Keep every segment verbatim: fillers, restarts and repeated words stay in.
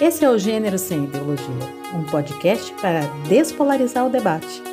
Esse é o Gênero Sem Ideologia, um podcast para despolarizar o debate.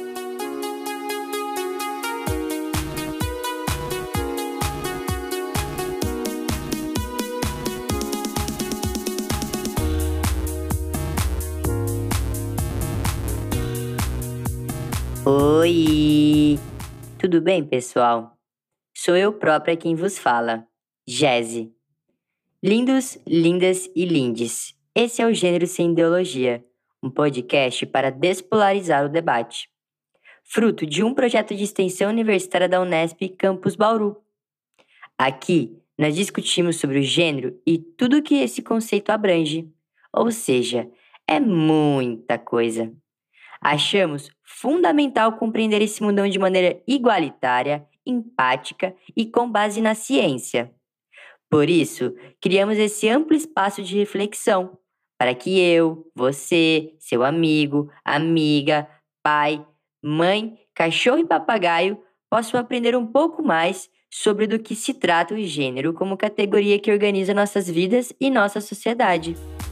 Oi! Tudo bem, pessoal? Sou eu própria quem vos fala, Jeze. Lindos, lindas e lindes, esse é o Gênero Sem Ideologia, um podcast para despolarizar o debate. Fruto de um projeto de extensão universitária da Unesp Campus Bauru. Aqui, nós discutimos sobre o gênero e tudo o que esse conceito abrange, ou seja, é muita coisa. Achamos fundamental compreender esse mundão de maneira igualitária, empática e com base na ciência. Por isso, criamos esse amplo espaço de reflexão, para que eu, você, seu amigo, amiga, pai, mãe, cachorro e papagaio possam aprender um pouco mais sobre do que se trata o gênero como categoria que organiza nossas vidas e nossa sociedade.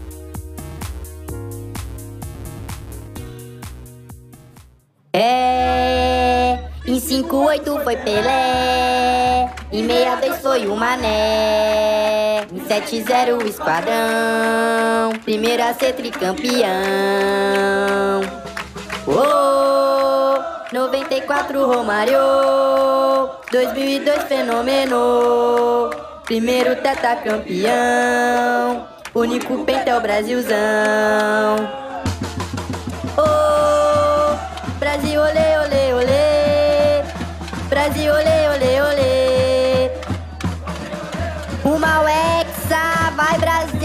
É, em cinquenta e oito foi Pelé, em sessenta e dois foi o Mané, em setenta e zero o Esquadrão, primeiro a ser tricampeão. Oh, noventa e quatro Romário, dois mil e dois Fenômeno, primeiro tetracampeão, único penta é o Brasilzão. Oh, Brasil, olê, olê, olê, Brasil, olê, olê, olê, uma Hexa, vai Brasil!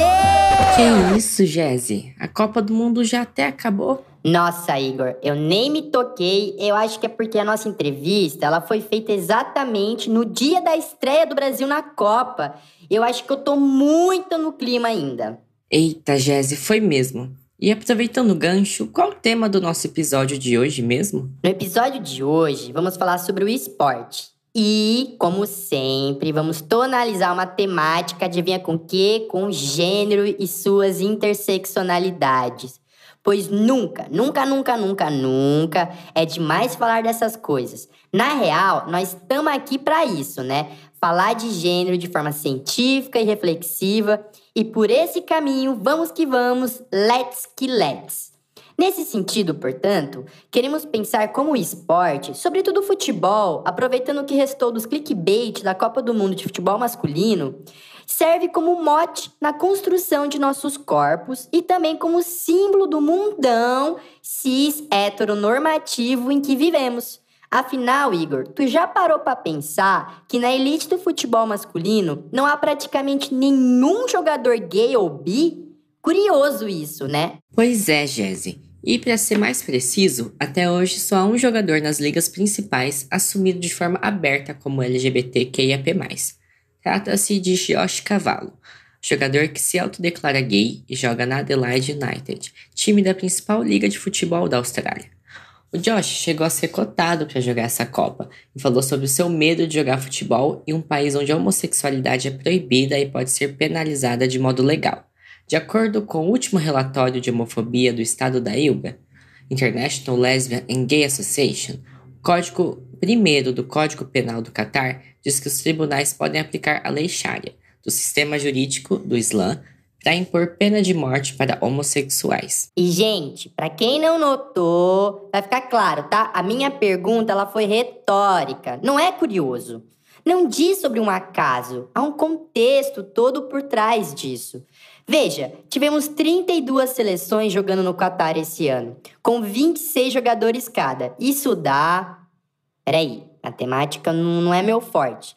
Que isso, Jeze? A Copa do Mundo já até acabou? Nossa, Igor, eu nem me toquei. Eu acho que é porque a nossa entrevista ela foi feita exatamente no dia da estreia do Brasil na Copa. Eu acho que eu tô muito no clima ainda. Eita, Jeze, foi mesmo. E aproveitando o gancho, qual o tema do nosso episódio de hoje mesmo? No episódio de hoje, vamos falar sobre o esporte. E, como sempre, vamos tonalizar uma temática, adivinha com o quê? Com o gênero e suas interseccionalidades. Pois nunca, nunca, nunca, nunca, nunca é demais falar dessas coisas. Na real, nós estamos aqui para isso, né? Falar de gênero de forma científica e reflexiva. E por esse caminho, vamos que vamos, let's que let's. Nesse sentido, portanto, queremos pensar como o esporte, sobretudo o futebol, aproveitando o que restou dos clickbait da Copa do Mundo de futebol masculino, serve como mote na construção de nossos corpos e também como símbolo do mundão cis heteronormativo em que vivemos. Afinal, Igor, tu já parou pra pensar que na elite do futebol masculino não há praticamente nenhum jogador gay ou bi? Curioso isso, né? Pois é, Jeze. E para ser mais preciso, até hoje só há um jogador nas ligas principais assumido de forma aberta como L G B T Q I A P mais. Trata-se de Josh Cavallo, jogador que se autodeclara gay e joga na Adelaide United, time da principal liga de futebol da Austrália. O Josh chegou a ser cotado para jogar essa Copa e falou sobre o seu medo de jogar futebol em um país onde a homossexualidade é proibida e pode ser penalizada de modo legal. De acordo com o último relatório de homofobia do estado da I L G A, International Lesbian and Gay Association, o código primeiro do Código Penal do Catar diz que os tribunais podem aplicar a lei Sharia, do sistema jurídico do Islã, para impor pena de morte para homossexuais. E, gente, para quem não notou, vai ficar claro, tá? A minha pergunta ela foi retórica, não é curioso. Não diz sobre um acaso, há um contexto todo por trás disso. Veja, tivemos trinta e duas seleções jogando no Catar esse ano, com vinte e seis jogadores cada. Isso dá... Peraí, matemática não, não é meu forte.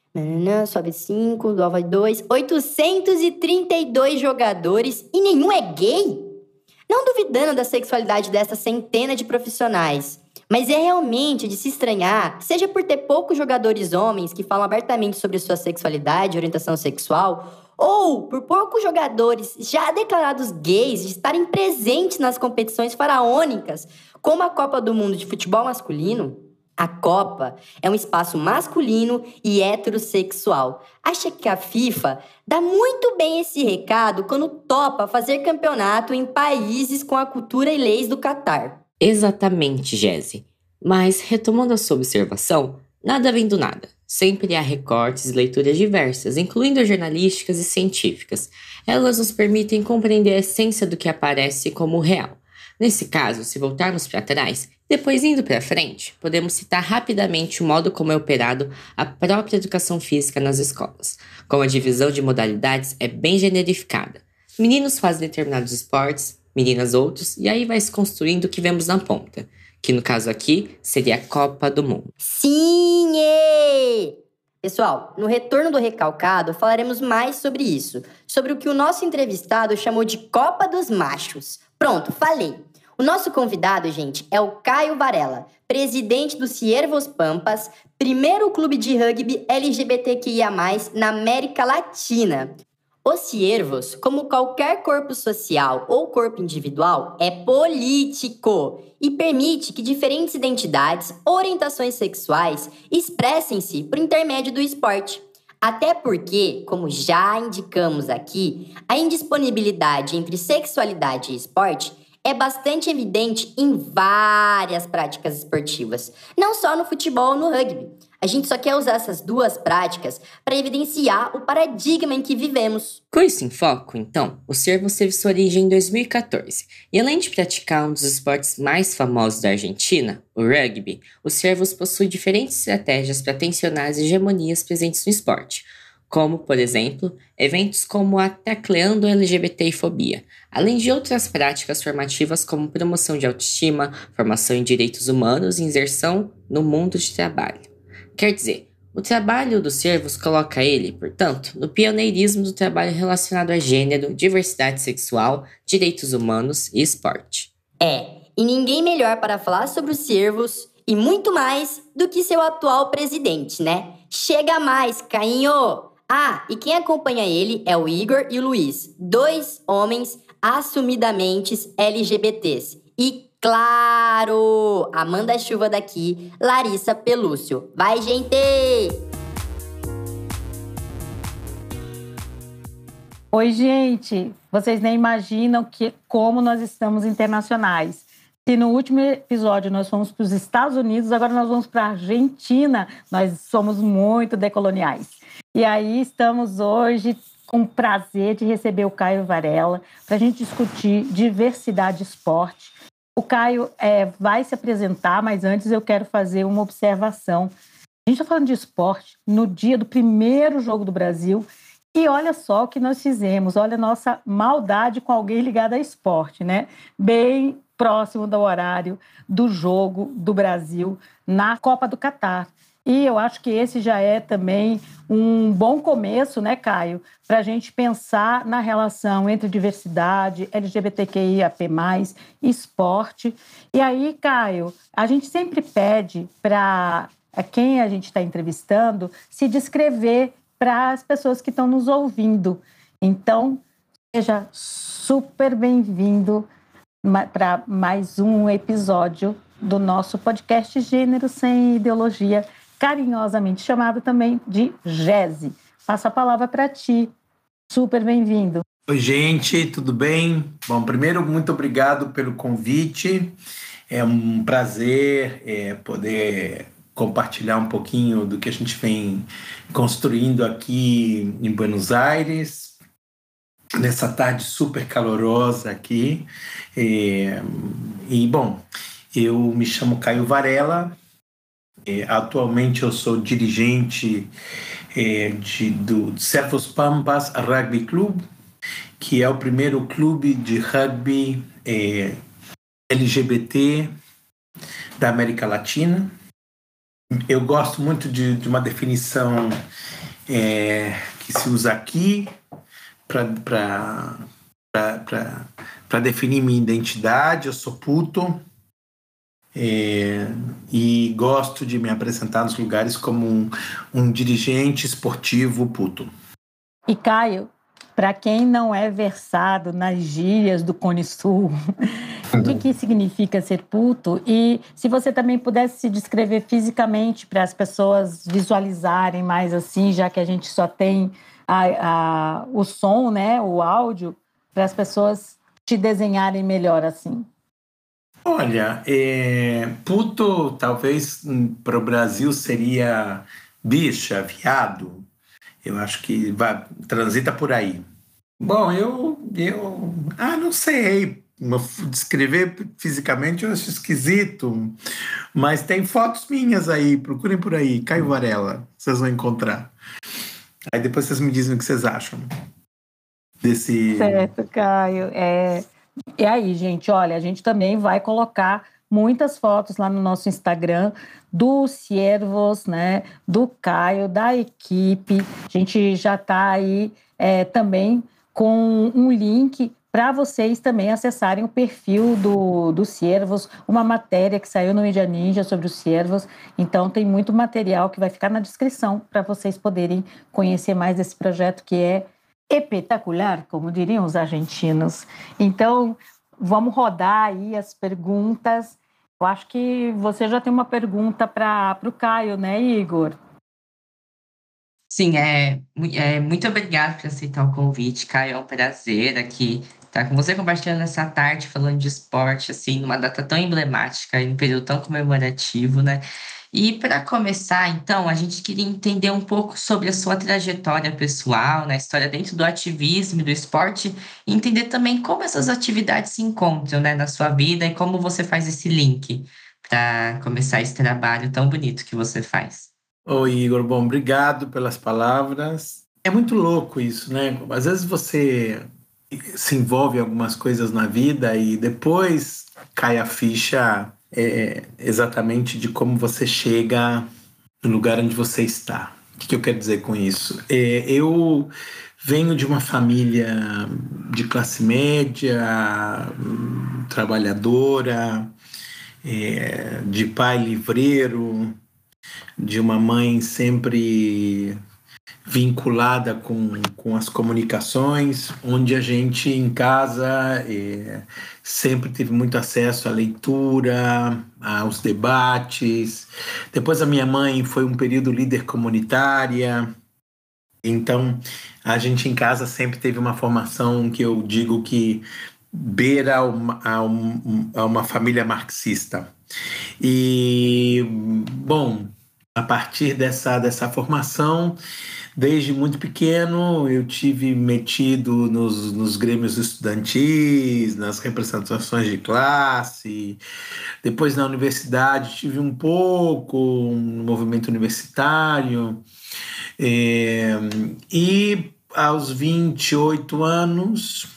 Sobe cinco, dobra dois, oitocentos e trinta e dois jogadores e nenhum é gay? Não duvidando da sexualidade dessa centena de profissionais, mas é realmente de se estranhar, seja por ter poucos jogadores homens que falam abertamente sobre sua sexualidade e orientação sexual, ou por poucos jogadores já declarados gays de estarem presentes nas competições faraônicas, como a Copa do Mundo de futebol masculino. A Copa é um espaço masculino e heterossexual. Acha que a FIFA dá muito bem esse recado quando topa fazer campeonato em países com a cultura e leis do Catar. Exatamente, Jesse. Mas, retomando a sua observação, nada vem do nada. Sempre há recortes e leituras diversas, incluindo jornalísticas e científicas. Elas nos permitem compreender a essência do que aparece como real. Nesse caso, se voltarmos para trás, depois indo para frente, podemos citar rapidamente o modo como é operado a própria educação física nas escolas, como a divisão de modalidades é bem generificada. Meninos fazem determinados esportes, meninas outros, e aí vai se construindo o que vemos na ponta, que no caso aqui seria a Copa do Mundo. Sim! ê! Pessoal, no retorno do recalcado falaremos mais sobre isso, sobre o que o nosso entrevistado chamou de Copa dos Machos. Pronto, falei! O nosso convidado, gente, é o Caio Varela, presidente do Ciervos Pampas, primeiro clube de rugby L G B T Q I A mais, na América Latina. O Ciervos, como qualquer corpo social ou corpo individual, é político e permite que diferentes identidades, orientações sexuais expressem-se por intermédio do esporte. Até porque, como já indicamos aqui, a indisponibilidade entre sexualidade e esporte é bastante evidente em várias práticas esportivas, não só no futebol ou no rugby. A gente só quer usar essas duas práticas para evidenciar o paradigma em que vivemos. Com isso em foco, então, o Ciervos teve sua origem em dois mil e catorze, e além de praticar um dos esportes mais famosos da Argentina, o rugby, o Ciervos possui diferentes estratégias para tensionar as hegemonias presentes no esporte, como, por exemplo, eventos como a Tacleando L G B T fobia, além de outras práticas formativas como promoção de autoestima, formação em direitos humanos e inserção no mundo de trabalho. Quer dizer, o trabalho do Ciervos coloca ele, portanto, no pioneirismo do trabalho relacionado a gênero, diversidade sexual, direitos humanos e esporte. É, e ninguém melhor para falar sobre o Ciervos e muito mais do que seu atual presidente, né? Chega mais, Cainho! Ah, e quem acompanha ele é o Igor e o Luiz, dois homens assumidamente L G B Ts. E claro, a manda-chuva daqui, Larissa Pelúcio. Vai, gente! Oi, gente! Vocês nem imaginam que, como nós estamos internacionais. Se no último episódio nós fomos para os Estados Unidos, agora nós vamos para a Argentina. Nós somos muito decoloniais. E aí estamos hoje com o prazer de receber o Caio Varela para a gente discutir diversidade e esporte. O Caio é, vai se apresentar, mas antes eu quero fazer uma observação. A gente está falando de esporte no dia do primeiro jogo do Brasil e olha só o que nós fizemos, olha a nossa maldade com alguém ligado a esporte, né? Bem próximo do horário do jogo do Brasil na Copa do Catar. E eu acho que esse já é também um bom começo, né, Caio, para a gente pensar na relação entre diversidade, L G B T Q I A P mais, esporte. E aí, Caio, a gente sempre pede para quem a gente está entrevistando se descrever para as pessoas que estão nos ouvindo. Então, seja super bem-vindo para mais um episódio do nosso podcast Gênero Sem Ideologia, carinhosamente chamado também de Gese. Passo a palavra para ti. Super bem-vindo. Oi, gente, tudo bem? Bom, primeiro, muito obrigado pelo convite. É um prazer é, poder compartilhar um pouquinho do que a gente vem construindo aqui em Buenos Aires, nessa tarde super calorosa aqui. É, e, bom, eu me chamo Caio Varela. É, atualmente eu sou dirigente é, de, do Ciervos Pampas Rugby Club, que é o primeiro clube de rugby é, L G B T da América Latina. Eu gosto muito de, de uma definição é, que se usa aqui para definir minha identidade. Eu sou puto. É, e gosto de me apresentar nos lugares como um, um dirigente esportivo puto. E Caio, para quem não é versado nas gírias do Cone Sul, o que, que significa ser puto? E se você também pudesse se descrever fisicamente para as pessoas visualizarem mais assim, já que a gente só tem a, a, o som, né, o áudio, para as pessoas te desenharem melhor assim. Olha, é, puto talvez para o Brasil seria bicha, viado. Eu acho que vai, transita por aí. Bom, eu, eu, ah, não sei, descrever fisicamente eu acho esquisito, mas tem fotos minhas aí, procurem por aí, Caio Varela, vocês vão encontrar. Aí depois vocês me dizem o que vocês acham desse... Certo, Caio. É... E aí, gente, olha, a gente também vai colocar muitas fotos lá no nosso Instagram do Ciervos, né, do Caio, da equipe. A gente já está aí é, também com um link para vocês também acessarem o perfil do, do Ciervos, uma matéria que saiu no Mídia Ninja sobre os Ciervos. Então, tem muito material que vai ficar na descrição para vocês poderem conhecer mais desse projeto que é espetacular, como diriam os argentinos. Então, vamos rodar aí as perguntas. Eu acho que você já tem uma pergunta para o Caio, né, Igor? Sim, é, é, muito obrigado por aceitar o convite, Caio. É um prazer aqui estar com você compartilhando essa tarde, falando de esporte, assim, numa data tão emblemática, em um período tão comemorativo, né? E para começar, então, a gente queria entender um pouco sobre a sua trajetória pessoal, na história dentro do ativismo e do esporte, e entender também como essas atividades se encontram, né, na sua vida e como você faz esse link para começar esse trabalho tão bonito que você faz. Oi, Igor, bom, obrigado pelas palavras. É muito louco isso, né? Às vezes você se envolve em algumas coisas na vida e depois cai a ficha é, exatamente de como você chega no lugar onde você está. O que, que eu quero dizer com isso? É, eu venho de uma família de classe média, trabalhadora, é, de pai livreiro, de uma mãe sempre vinculada com, com as comunicações, onde a gente em casa é, sempre teve muito acesso à leitura, aos debates. Depois a minha mãe foi um período líder comunitária, então a gente em casa sempre teve uma formação que eu digo que beira uma, a, um, a uma família marxista. E, bom, a partir dessa, dessa formação, desde muito pequeno, eu tive metido nos, nos grêmios estudantis, nas representações de classe. Depois, na universidade, tive um pouco no movimento universitário. É, e aos vinte e oito anos,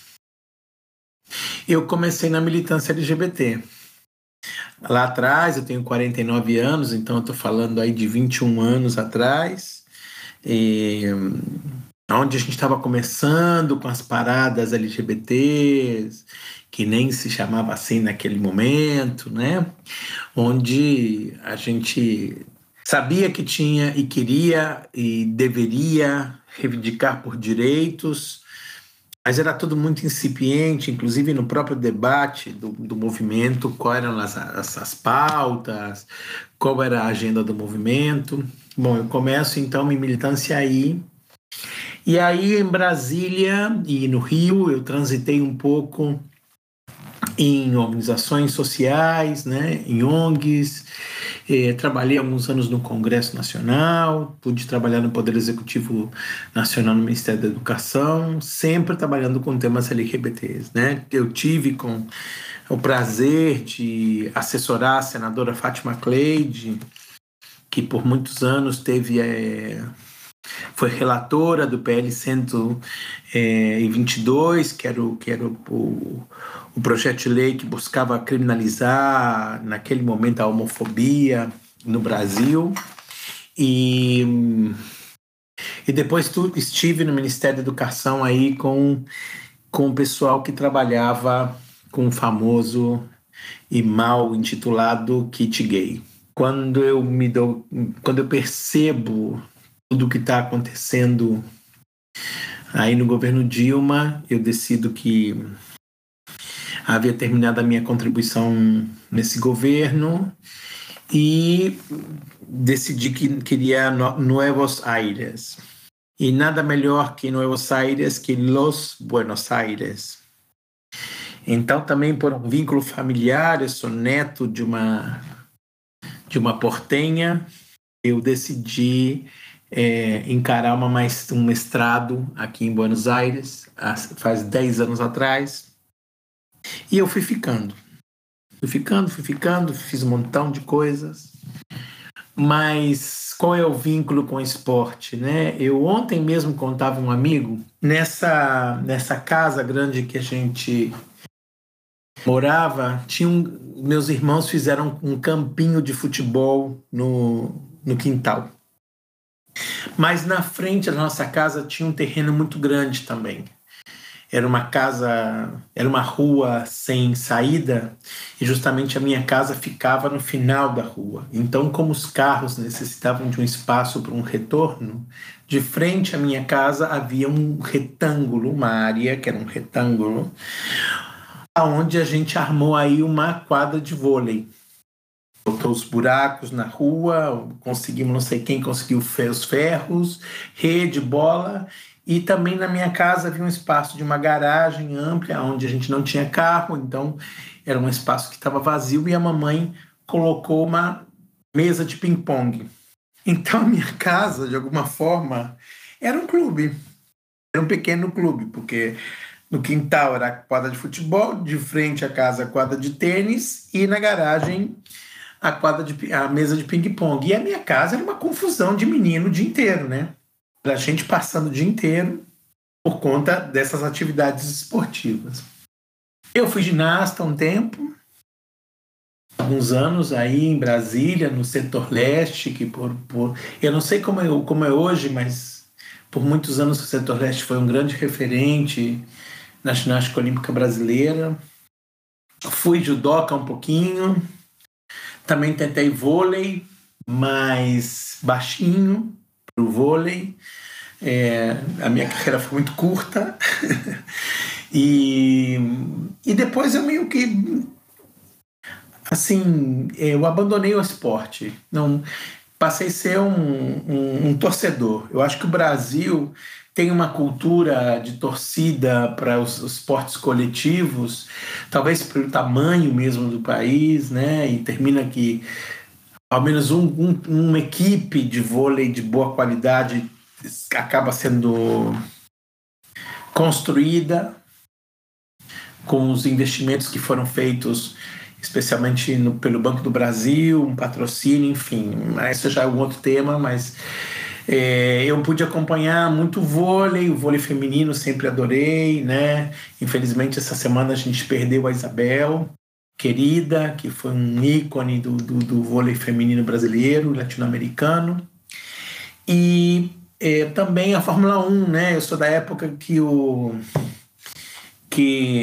eu comecei na militância L G B T. Lá atrás, eu tenho quarenta e nove anos, então eu estou falando aí de vinte e um anos atrás, e, onde a gente estava começando com as paradas L G B Ts, que nem se chamava assim naquele momento, né? Onde a gente sabia que tinha e queria e deveria reivindicar por direitos, mas era tudo muito incipiente, inclusive no próprio debate do, do movimento, quais eram as, as, as pautas, qual era a agenda do movimento. Bom, eu começo então minha militância aí. E aí em Brasília e no Rio eu transitei um pouco em organizações sociais, né, em O N Gs, eh, trabalhei alguns anos no Congresso Nacional, pude trabalhar no Poder Executivo Nacional no Ministério da Educação, sempre trabalhando com temas L G B Ts, né? Eu tive com o prazer de assessorar a senadora Fátima Cleide, que por muitos anos teve... Eh, foi relatora do P L cento e vinte e dois, que era, o, que era o, o projeto de lei que buscava criminalizar, naquele momento, a homofobia no Brasil. E, e depois tu, estive no Ministério da Educação aí com, com o pessoal que trabalhava com o famoso e mal intitulado kit gay. Quando eu, me dou, quando eu percebo tudo que está acontecendo Aí no governo Dilma, eu decido que havia terminado a minha contribuição nesse governo e decidi que queria Nuevos Aires. E nada melhor que Nuevos Aires que Los Buenos Aires. Então, também por um vínculo familiar, eu sou neto de uma, de uma portenha, eu decidi é, encarar uma, um mestrado aqui em Buenos Aires, faz dez anos atrás, e eu fui ficando. Fui ficando, fui ficando, fiz um montão de coisas, mas qual é o vínculo com o esporte, né? Eu ontem mesmo contava um amigo, nessa, nessa casa grande que a gente morava, tinha um, meus irmãos fizeram um campinho de futebol no, no quintal. Mas na frente da nossa casa tinha um terreno muito grande também. Era uma casa, era uma rua sem saída e justamente a minha casa ficava no final da rua. Então, como os carros necessitavam de um espaço para um retorno, de frente à minha casa havia um retângulo, uma área que era um retângulo, onde a gente armou aí uma quadra de vôlei. Botou os buracos na rua, conseguimos, não sei quem conseguiu os ferros, rede, bola. E também na minha casa havia um espaço de uma garagem ampla, onde a gente não tinha carro, então era um espaço que estava vazio e a mamãe colocou uma mesa de ping-pong. Então a minha casa, de alguma forma, era um clube, era um pequeno clube, porque no quintal era a quadra de futebol, de frente à casa a quadra de tênis e na garagem a, quadra de, a mesa de ping-pong. E a minha casa era uma confusão de menino o dia inteiro, né? A gente passando o dia inteiro por conta dessas atividades esportivas. Eu fui ginasta há um tempo, alguns anos aí em Brasília, no setor leste, que por, por eu não sei como é, como é hoje, mas por muitos anos o setor leste foi um grande referente na ginástica olímpica brasileira. Fui judoca um pouquinho, também tentei vôlei, mas baixinho para o vôlei. É, a minha carreira foi muito curta e, e depois eu meio que assim, eu abandonei o esporte, não, passei a ser um, um, um torcedor. Eu acho que o Brasil tem uma cultura de torcida para os, os esportes coletivos, talvez pelo tamanho mesmo do país, né? E termina que ao menos um, um, uma equipe de vôlei de boa qualidade acaba sendo construída com os investimentos que foram feitos, especialmente no, pelo Banco do Brasil, um patrocínio, enfim. Esse já é um outro tema, mas é, eu pude acompanhar muito vôlei, o vôlei feminino sempre adorei, né? Infelizmente, essa semana a gente perdeu a Isabel, querida, que foi um ícone do, do, do vôlei feminino brasileiro, latino-americano. E é, também a Fórmula um, né? Eu sou da época que o... que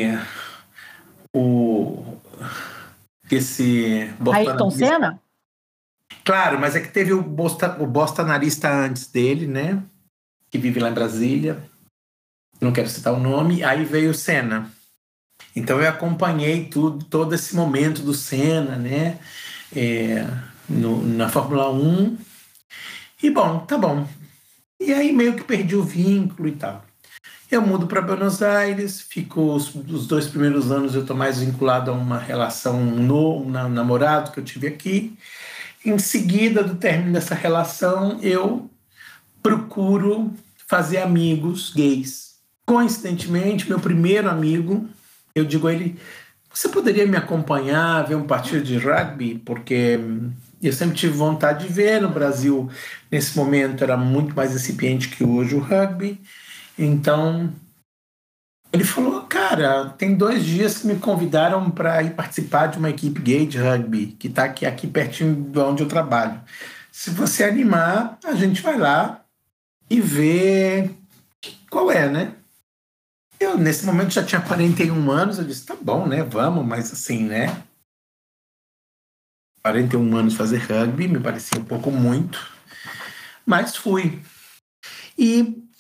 o... esse... Ayrton Senna? Claro, mas é que teve o, Bosta, o bolsonarista antes dele, né? Que vive lá em Brasília. Não quero citar o nome. Aí veio o Senna. Então eu acompanhei tudo, todo esse momento do Senna, né? É, no, na Fórmula um. E bom, tá bom. E aí meio que perdi o vínculo e tal. Eu mudo para Buenos Aires, fico os, os dois primeiros anos eu estou mais vinculado a uma relação, no, um namorado que eu tive aqui. Em seguida do término dessa relação, eu procuro fazer amigos gays. Coincidentemente, meu primeiro amigo, eu digo a ele, você poderia me acompanhar, ver um partido de rugby? Porque eu sempre tive vontade de ver. No Brasil, nesse momento, era muito mais incipiente que hoje o rugby. Então, ele falou, cara, tem dois dias que me convidaram para ir participar de uma equipe gay de rugby, que está aqui, aqui pertinho de onde eu trabalho. Se você animar, a gente vai lá e vê qual é, né? Eu, nesse momento, já tinha quarenta e um anos, eu disse, tá bom, né, vamos, mas assim, né? quarenta e um anos fazer rugby, me parecia um pouco muito, mas fui. E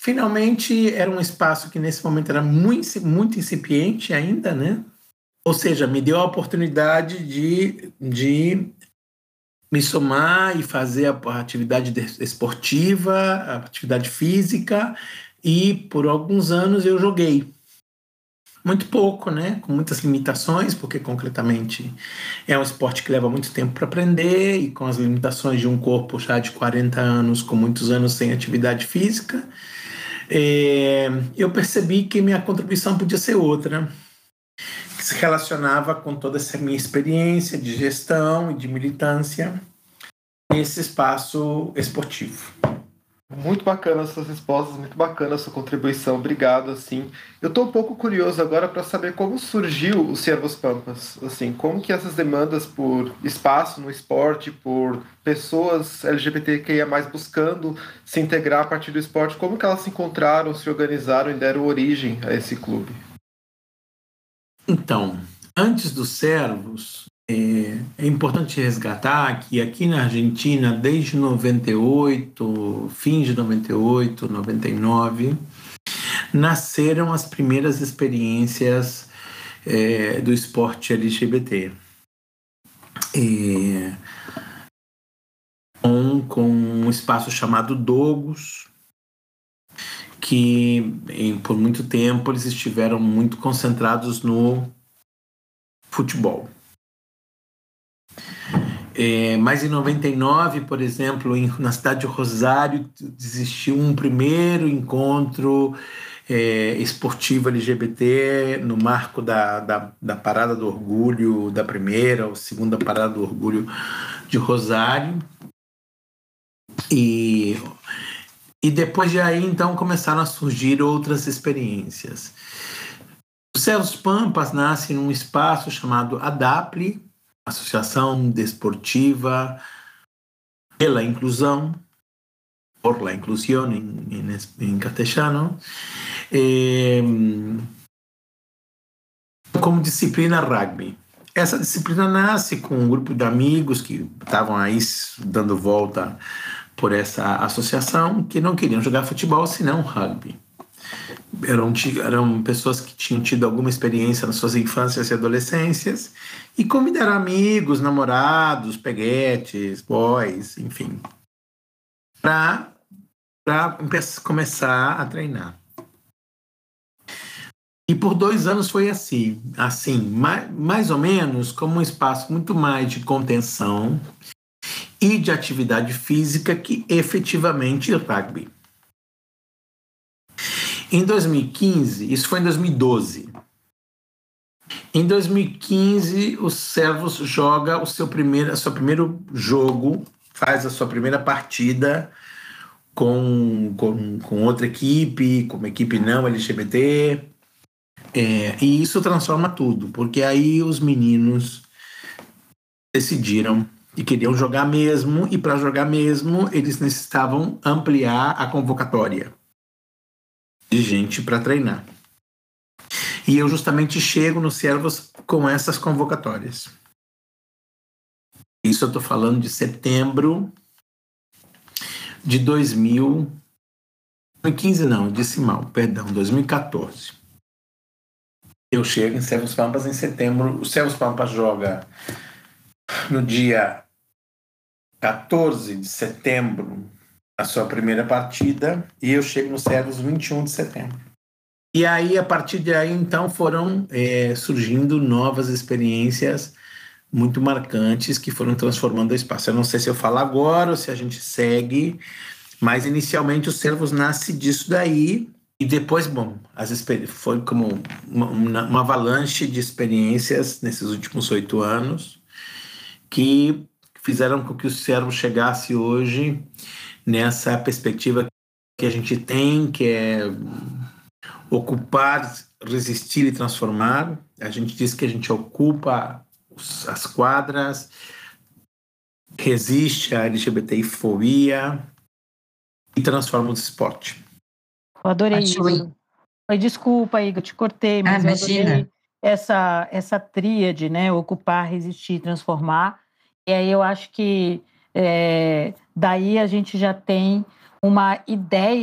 finalmente era um espaço que nesse momento era muito, muito incipiente ainda, né? Ou seja, me deu a oportunidade de, de me somar e fazer a atividade esportiva, a atividade física, e por alguns anos eu joguei. Muito pouco, né? Com muitas limitações, porque concretamente é um esporte que leva muito tempo para aprender, e com as limitações de um corpo já de quarenta anos, com muitos anos sem atividade física, é, eu percebi que minha contribuição podia ser outra, que se relacionava com toda essa minha experiência de gestão e de militância nesse espaço esportivo. Muito bacana as suas respostas, muito bacana a sua contribuição, obrigado, assim. Eu estou um pouco curioso agora para saber como surgiu o Servos Pampas, assim, como que essas demandas por espaço no esporte, por pessoas L G B T Q I A mais, buscando se integrar a partir do esporte, como que elas se encontraram, se organizaram e deram origem a esse clube? Então, antes dos Servos, É, é importante resgatar que aqui na Argentina, desde noventa e oito, fim de noventa e oito, noventa e nove, nasceram as primeiras experiências é, do esporte L G B T. É, com, com um espaço chamado Dogos, que em, por muito tempo eles estiveram muito concentrados no futebol. É, mas em noventa e nove, por exemplo, em, na cidade de Rosário, existiu um primeiro encontro é, esportivo L G B T no marco da, da, da Parada do Orgulho, da primeira ou segunda Parada do Orgulho de Rosário. E, e depois de aí, então, começaram a surgir outras experiências. O Servos Pampas nasce num espaço chamado ADAPLE, Associação Desportiva pela Inclusão, por la inclusión em, em, em castelhano, eh, como disciplina rugby. Essa disciplina nasce com um grupo de amigos que estavam aí dando volta por essa associação, que não queriam jogar futebol, senão rugby. Eram, eram pessoas que tinham tido alguma experiência nas suas infâncias e adolescências e convidaram amigos, namorados, peguetes, boys, enfim, para começar a treinar. E por dois anos foi assim, assim mais, mais ou menos como um espaço muito mais de contenção e de atividade física que efetivamente rugby. Em dois mil e quinze, isso foi em dois mil e doze, em dois mil e quinze o Servos joga o seu primeiro, o seu primeiro jogo, faz a sua primeira partida com, com, com outra equipe, com uma equipe não L G B T, é, e isso transforma tudo, porque aí os meninos decidiram que queriam jogar mesmo, e para jogar mesmo eles necessitavam ampliar a convocatória de gente para treinar. E eu justamente chego no Servos com essas convocatórias. Isso eu estou falando de setembro de dois mil e quinze, não, disse mal, perdão, dois mil e quatorze. Eu chego em Servos Pampas em setembro. O Servos Pampas joga no dia quatorze de setembro a sua primeira partida, e eu chego no Servos vinte e um de setembro. E aí, a partir de aí, então, foram é, surgindo novas experiências muito marcantes que foram transformando o espaço. Eu não sei se eu falo agora ou se a gente segue, mas inicialmente o Servos nasce disso daí, e depois, bom, as experi- foi como uma, uma, uma avalanche de experiências nesses últimos oito anos que fizeram com que o Servos chegasse hoje nessa perspectiva que a gente tem, que é ocupar, resistir e transformar. A gente diz que a gente ocupa os, as quadras, resiste à L G B T fobia e transforma o esporte. Eu adorei Acho isso. Oi, desculpa, Igor, te cortei, mas Ah, eu adorei imagina. essa, essa tríade, né? Ocupar, resistir, transformar. E aí eu acho que é, daí a gente já tem uma ideia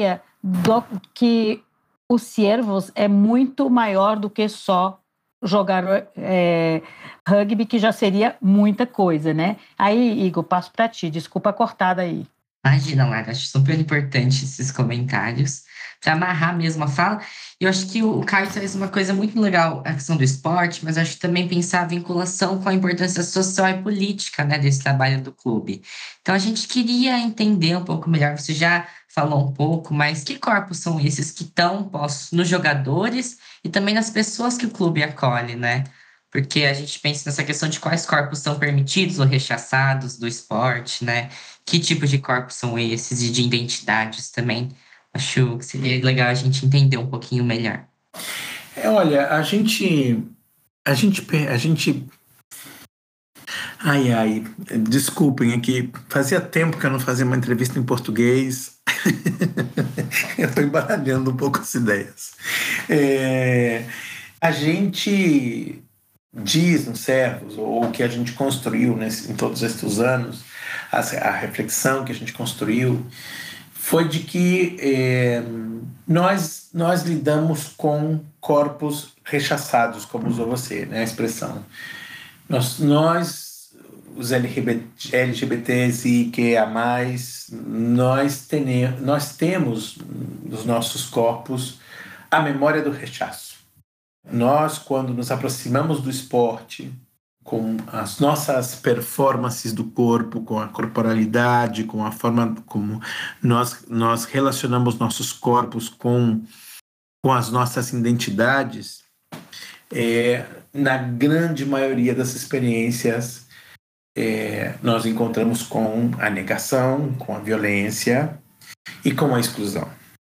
do, que o Ciervos é muito maior do que só jogar é, rugby, que já seria muita coisa, né? Aí, Igor, passo para ti. Desculpa a cortada aí. Imagina, Lara, acho super importante esses comentários para amarrar mesmo a fala. Eu acho que o Caio traz uma coisa muito legal, a questão do esporte, mas acho que também pensar a vinculação com a importância social e política, né, desse trabalho do clube. Então, a gente queria entender um pouco melhor, você já falou um pouco, mas que corpos são esses que estão postos nos jogadores e também nas pessoas que o clube acolhe, né? Porque a gente pensa nessa questão de quais corpos são permitidos ou rechaçados do esporte, né? Que tipo de corpos são esses e de identidades também? Acho que seria legal a gente entender um pouquinho melhor. É, olha, a gente, a gente, a gente, ai, ai, desculpem aqui, fazia tempo que eu não fazia uma entrevista em português. Eu estou embaralhando um pouco as ideias. É, a gente diz nos Servos, ou o que a gente construiu nesse, em todos estes anos, a, a reflexão que a gente construiu, foi de que é, nós, nós lidamos com corpos rechaçados, como usou você, né, a expressão. Nós, nós os L G B Ts e que a mais, nós, tene, nós temos nos nossos corpos a memória do rechaço. Nós, quando nos aproximamos do esporte, com as nossas performances do corpo, com a corporalidade, com a forma como nós, nós relacionamos nossos corpos com, com as nossas identidades, é, na grande maioria das experiências, é, nós encontramos com a negação, com a violência e com a exclusão.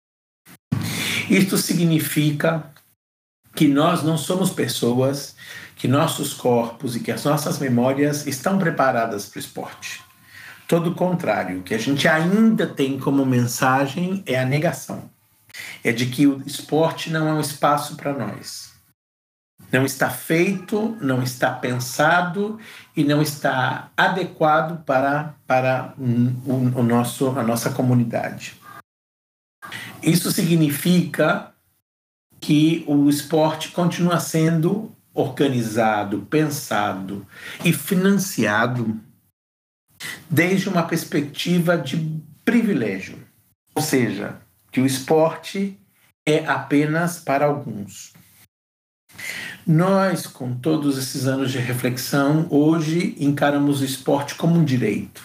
Isto significa que nós não somos pessoas, que nossos corpos e que as nossas memórias estão preparadas para o esporte. Todo o contrário, o que a gente ainda tem como mensagem é a negação. É de que o esporte não é um espaço para nós. Não está feito, não está pensado e não está adequado para, para o, o nosso, a nossa comunidade. Isso significa que o esporte continua sendo organizado, pensado e financiado desde uma perspectiva de privilégio. Ou seja, que o esporte é apenas para alguns. Nós, com todos esses anos de reflexão, hoje encaramos o esporte como um direito.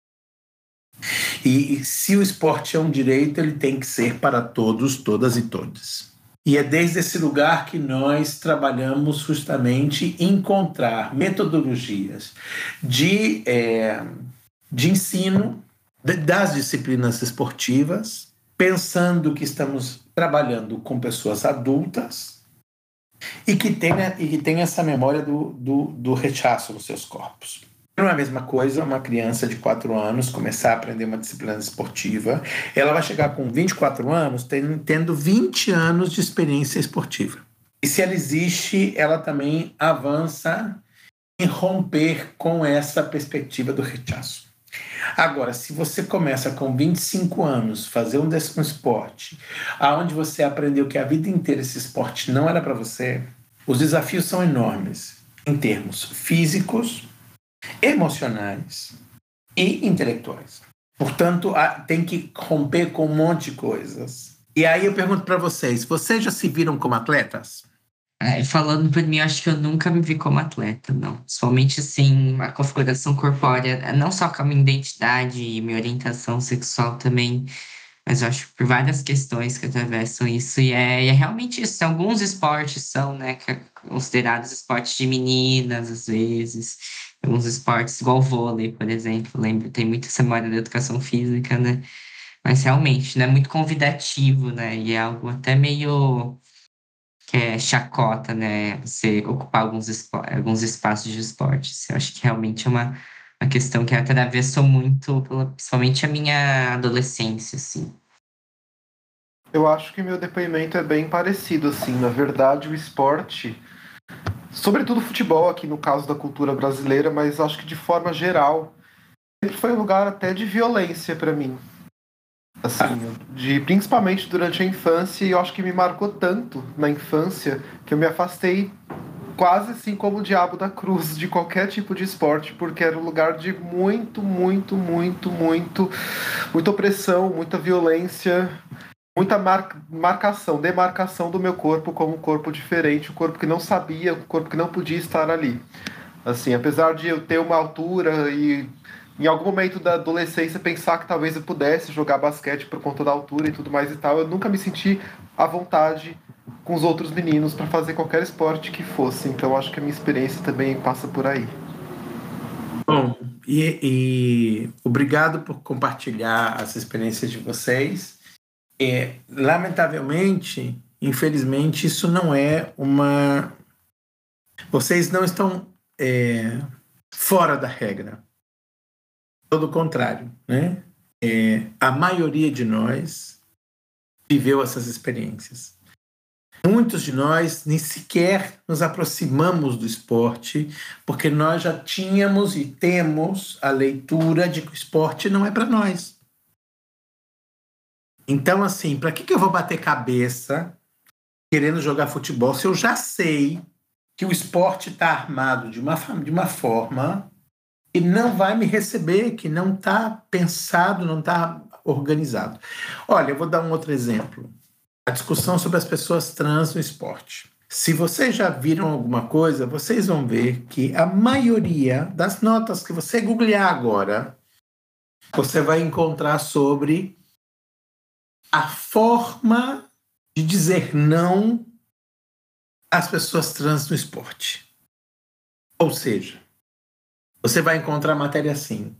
E se o esporte é um direito, ele tem que ser para todos, todas e todos. E é desde esse lugar que nós trabalhamos justamente em encontrar metodologias de, é, de ensino de, das disciplinas esportivas, pensando que estamos trabalhando com pessoas adultas e que tenha, e que tenha essa memória do, do, do rechaço nos seus corpos. Não é a mesma coisa uma criança de quatro anos começar a aprender uma disciplina esportiva. Ela vai chegar com vinte e quatro anos tendo vinte anos de experiência esportiva. E se ela existe, ela também avança em romper com essa perspectiva do rechaço. Agora, se você começa com vinte e cinco anos fazer um décimo esporte, aonde você aprendeu que a vida inteira esse esporte não era para você, os desafios são enormes em termos físicos, emocionais e intelectuais. Portanto, tem que romper com um monte de coisas. E aí eu pergunto para vocês, vocês já se viram como atletas? É, falando por mim, eu acho que eu nunca me vi como atleta, não. Somente, assim, a configuração corpórea, não só com a minha identidade e minha orientação sexual também, mas eu acho que por várias questões que atravessam isso. E é, e é realmente isso. Alguns esportes são, né, considerados esportes de meninas, às vezes. Alguns esportes, igual o vôlei, por exemplo. Lembro, tem muita essa memória da educação física, né? Mas realmente, né, muito convidativo, né? E é algo até meio... que é chacota, né? Você ocupar alguns, espo- alguns espaços de esportes. Eu acho que realmente é uma, uma questão que atravessou muito, pela- principalmente a minha adolescência, assim. Eu acho que meu depoimento é bem parecido, assim. Na verdade, o esporte, sobretudo o futebol, aqui no caso da cultura brasileira, mas acho que de forma geral, sempre foi um lugar até de violência para mim. Assim, de, principalmente durante a infância, e eu acho que me marcou tanto na infância que eu me afastei quase assim como o diabo da cruz de qualquer tipo de esporte, porque era um lugar de muito, muito, muito, muito, muita opressão, muita violência, muita mar marcação, demarcação do meu corpo como um corpo diferente, um corpo que não sabia, um corpo que não podia estar ali. Assim, apesar de eu ter uma altura e em algum momento da adolescência pensar que talvez eu pudesse jogar basquete por conta da altura e tudo mais e tal, eu nunca me senti à vontade com os outros meninos para fazer qualquer esporte que fosse. Então acho que a minha experiência também passa por aí. Bom, e, e obrigado por compartilhar as experiências de vocês. É, lamentavelmente, infelizmente, isso não é uma... Vocês não estão é, fora da regra. Todo o contrário, né? É, a maioria de nós viveu essas experiências. Muitos de nós nem sequer nos aproximamos do esporte, porque nós já tínhamos e temos a leitura de que o esporte não é para nós. Então, assim, para que, que eu vou bater cabeça querendo jogar futebol se eu já sei que o esporte está armado de uma, de uma forma e não vai me receber, que não está pensado, não está organizado. Olha, eu vou dar um outro exemplo. A discussão sobre as pessoas trans no esporte. Se vocês já viram alguma coisa, vocês vão ver que a maioria das notas que você googlear agora, você vai encontrar sobre a forma de dizer não às pessoas trans no esporte. Ou seja, você vai encontrar matéria assim: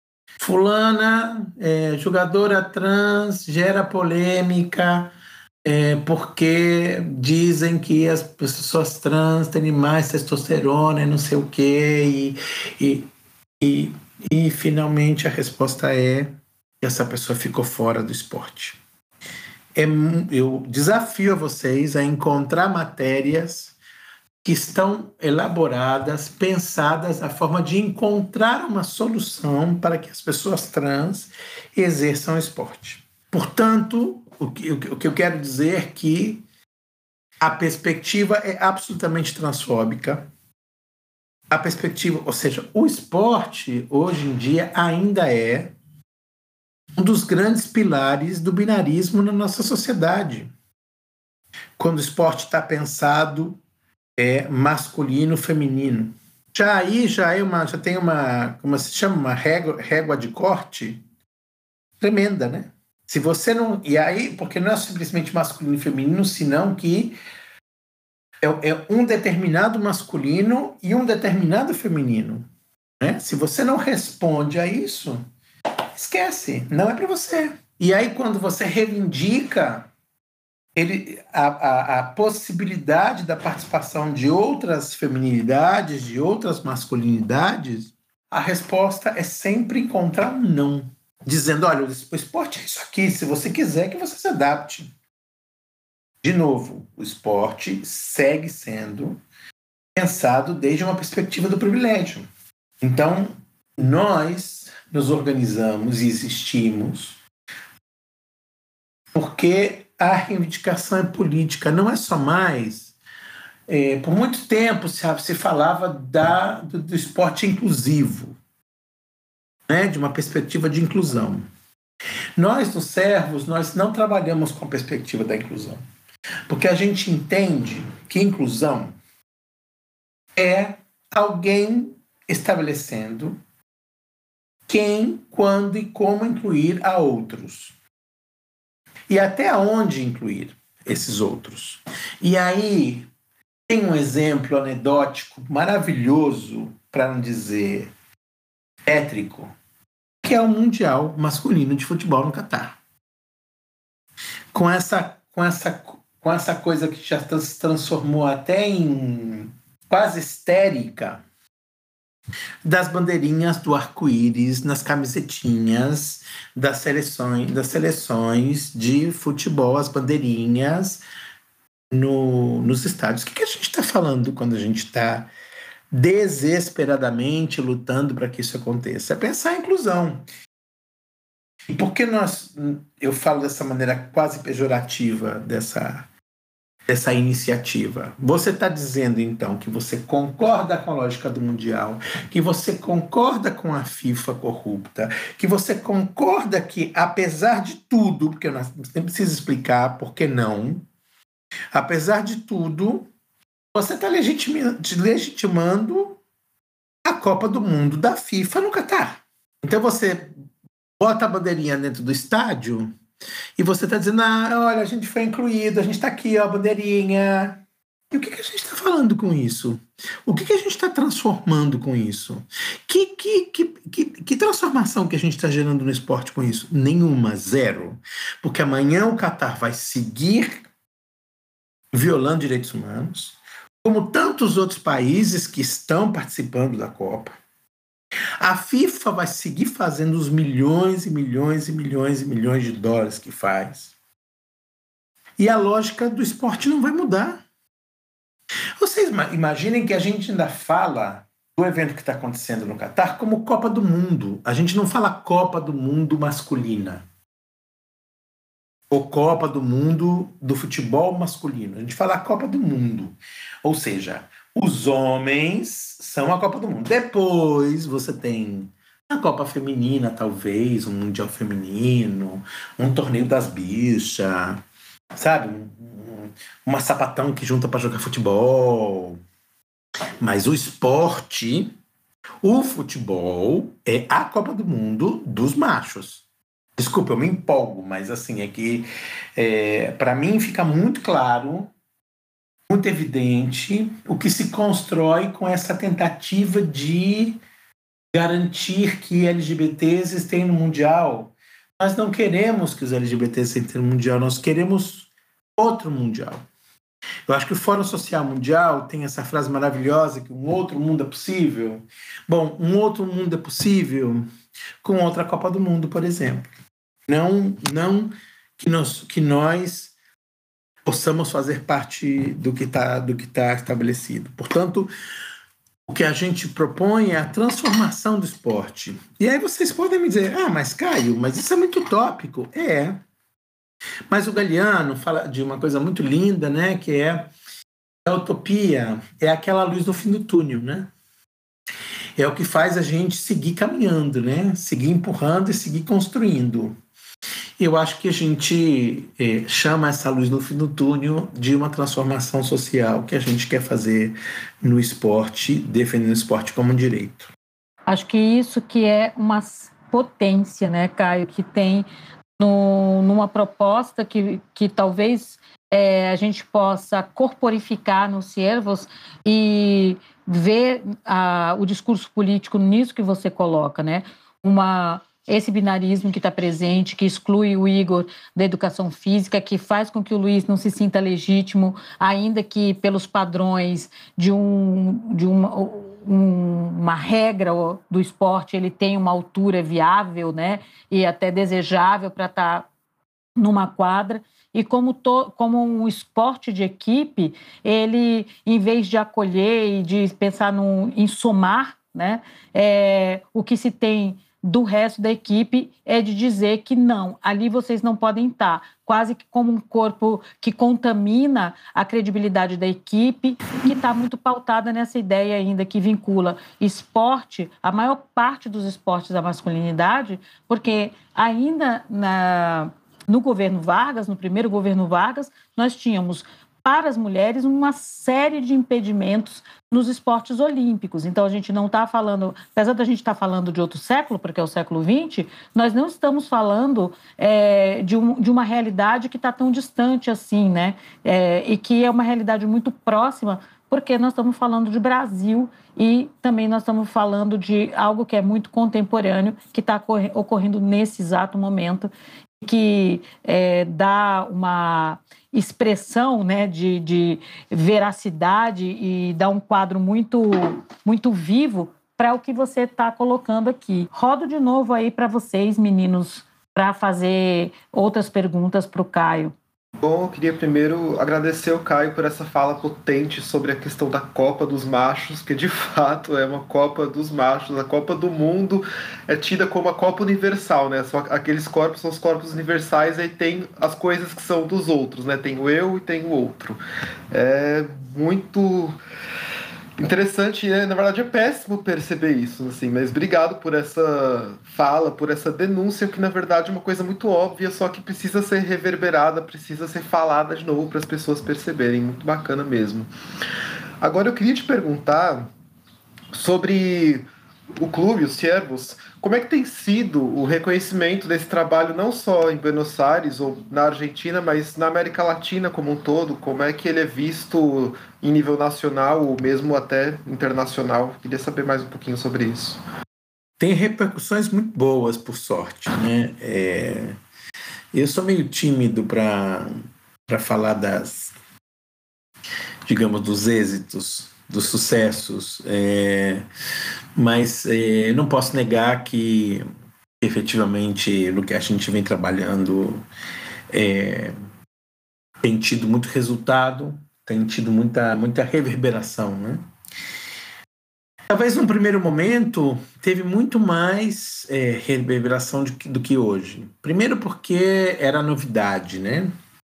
fulana, é, jogadora trans, gera polêmica é, porque dizem que as pessoas trans têm mais testosterona e não sei o quê. E, e, e, e finalmente a resposta é que essa pessoa ficou fora do esporte. É, eu desafio a vocês a encontrar matérias que estão elaboradas, pensadas na forma de encontrar uma solução para que as pessoas trans exerçam esporte. Portanto, o que, o que eu quero dizer é que a perspectiva é absolutamente transfóbica. A perspectiva, ou seja, o esporte, hoje em dia, ainda é um dos grandes pilares do binarismo na nossa sociedade. Quando o esporte está pensado é masculino, feminino. Já aí já é uma, já tem uma, como se chama, uma régua, régua de corte tremenda, né? Se você não, e aí, porque não é simplesmente masculino e feminino, senão que é, é um determinado masculino e um determinado feminino, né? Se você não responde a isso, esquece, não é para você. E aí quando você reivindica Ele, a, a, a possibilidade da participação de outras feminilidades, de outras masculinidades, a resposta é sempre encontrar um não. Dizendo, olha, o esporte é isso aqui, se você quiser que você se adapte. De novo, o esporte segue sendo pensado desde uma perspectiva do privilégio. Então, nós nos organizamos e existimos porque a reivindicação é política, não é só mais... É, por muito tempo se, se falava da, do, do esporte inclusivo, né, de uma perspectiva de inclusão. Nós, dos servos, nós não trabalhamos com a perspectiva da inclusão, porque a gente entende que inclusão é alguém estabelecendo quem, quando e como incluir a outros. E até onde incluir esses outros. E aí tem um exemplo anedótico maravilhoso, para não dizer tétrico, que é o Mundial Masculino de Futebol no Catar. Com essa, com essa, com essa coisa que já se transformou até em quase histérica, das bandeirinhas do arco-íris nas camisetinhas das seleções, das seleções de futebol, as bandeirinhas no, nos estádios. O que, que a gente está falando quando a gente está desesperadamente lutando para que isso aconteça? É pensar em inclusão. E por que nós, eu falo dessa maneira quase pejorativa dessa, dessa iniciativa? Você está dizendo, então, que você concorda com a lógica do Mundial, que você concorda com a FIFA corrupta, que você concorda que, apesar de tudo, porque nós nem precisa explicar por que não, apesar de tudo, você está legitimando a Copa do Mundo da FIFA no Catar. Então você bota a bandeirinha dentro do estádio e você está dizendo, ah, olha, a gente foi incluído, a gente está aqui, ó, a bandeirinha. E o que, que a gente está falando com isso? O que, que a gente está transformando com isso? Que, que, que, que, que transformação que a gente está gerando no esporte com isso? Nenhuma, zero. Porque amanhã o Catar vai seguir violando direitos humanos, como tantos outros países que estão participando da Copa. A FIFA vai seguir fazendo os milhões e milhões e milhões e milhões de dólares que faz. E a lógica do esporte não vai mudar. Vocês imaginem que a gente ainda fala do evento que está acontecendo no Catar como Copa do Mundo. A gente não fala Copa do Mundo masculina. Ou Copa do Mundo do futebol masculino. A gente fala a Copa do Mundo. Ou seja, os homens são a Copa do Mundo. Depois você tem a Copa Feminina, talvez, um Mundial Feminino, um Torneio das Bichas, sabe? Um, uma sapatão que junta para jogar futebol. Mas o esporte, o futebol, é a Copa do Mundo dos machos. Desculpa, eu me empolgo, mas assim, é que é, para mim fica muito claro, muito evidente o que se constrói com essa tentativa de garantir que L G B Ts estejam no Mundial. Nós não queremos que os L G B Ts estejam no Mundial, nós queremos outro Mundial. Eu acho que o Fórum Social Mundial tem essa frase maravilhosa que um outro mundo é possível. Bom, um outro mundo é possível com outra Copa do Mundo, por exemplo. Não, não que, nós, que nós possamos fazer parte do que está do que tá estabelecido. Portanto, o que a gente propõe é a transformação do esporte. E aí vocês podem me dizer, ah, mas Caio, mas isso é muito utópico. É. Mas o Galeano fala de uma coisa muito linda, né, que é a utopia, é aquela luz no fim do túnel, né? É o que faz a gente seguir caminhando, né? Seguir empurrando e seguir construindo. Eu acho que a gente é, chama essa luz no fim do túnel de uma transformação social que a gente quer fazer no esporte, defendendo o esporte como um direito. Acho que isso que é uma potência, né, Caio, que tem no, numa proposta que, que talvez é, a gente possa corporificar nos servos e ver a, o discurso político nisso que você coloca, né? Uma... esse binarismo que está presente, que exclui o Igor da educação física, que faz com que o Luiz não se sinta legítimo, ainda que pelos padrões de, um, de uma, um, uma regra do esporte, ele tenha uma altura viável, né, e até desejável para estar tá numa quadra. E como, to, como um esporte de equipe, ele, em vez de acolher e de pensar num, em somar, né, é, o que se tem do resto da equipe é de dizer que não, ali vocês não podem estar, quase que como um corpo que contamina a credibilidade da equipe, que está muito pautada nessa ideia ainda que vincula esporte, a maior parte dos esportes à masculinidade, porque ainda na, no governo Vargas, no primeiro governo Vargas, nós tínhamos para as mulheres uma série de impedimentos nos esportes olímpicos. Então, a gente não está falando, apesar da gente estar tá falando de outro século, porque é o século vinte, nós não estamos falando é, de, um, de uma realidade que está tão distante assim, né? É, e que é uma realidade muito próxima, porque nós estamos falando de Brasil e também nós estamos falando de algo que é muito contemporâneo, que está ocorrendo nesse exato momento, que é, dá uma expressão, né, de, de veracidade e dá um quadro muito, muito vivo para o que você está colocando aqui. Rodo de novo aí para vocês, meninos, para fazer outras perguntas para o Caio. Bom, eu queria primeiro agradecer ao Caio por essa fala potente sobre a questão da Copa dos Machos, que de fato é uma Copa dos Machos. A Copa do Mundo é tida como a Copa Universal, né? Só aqueles corpos são os corpos universais, aí tem as coisas que são dos outros, né? Tem o eu e tem o outro. É muito interessante, né? Na verdade é péssimo perceber isso, assim, mas obrigado por essa fala, por essa denúncia, que na verdade é uma coisa muito óbvia, só que precisa ser reverberada, precisa ser falada de novo para as pessoas perceberem. Muito bacana mesmo. Agora eu queria te perguntar sobre o clube, os Ciervos. Como é que tem sido o reconhecimento desse trabalho, não só em Buenos Aires ou na Argentina, mas na América Latina como um todo? Como é que ele é visto em nível nacional ou mesmo até internacional? Queria saber mais um pouquinho sobre isso. Tem repercussões muito boas, por sorte, né? É... Eu sou meio tímido para para falar das, digamos, dos êxitos, dos sucessos, é... mas é, não posso negar que, efetivamente, no que a gente vem trabalhando, é, tem tido muito resultado, tem tido muita, muita reverberação, né? Talvez num primeiro momento teve muito mais é, reverberação do que, do que hoje. Primeiro porque era novidade, né?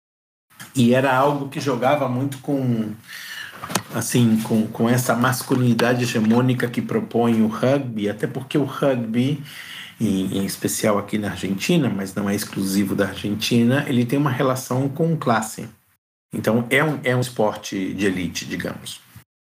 E era algo que jogava muito com, assim, com, com essa masculinidade hegemônica que propõe o rugby, até porque o rugby, em, em especial aqui na Argentina, mas não é exclusivo da Argentina, ele tem uma relação com classe. Então é um, é um esporte de elite, digamos.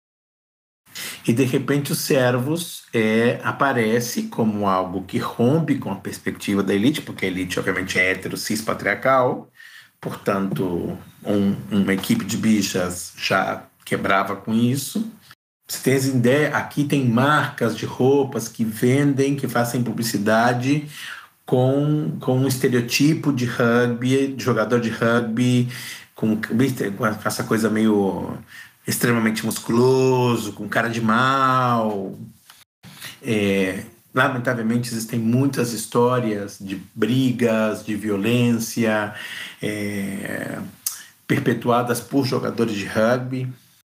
E, de repente, os Ciervos é, aparece como algo que rompe com a perspectiva da elite, porque a elite, obviamente, é hétero, cis, patriarcal. Portanto, um, uma equipe de bichas já quebrava com isso. Você tem essa ideia? Aqui tem marcas de roupas que vendem, que fazem publicidade com, com um estereotipo de rugby, de jogador de rugby, com, com essa coisa meio... extremamente musculoso, com cara de mal. É, lamentavelmente, existem muitas histórias de brigas, de violência, é, perpetuadas por jogadores de rugby.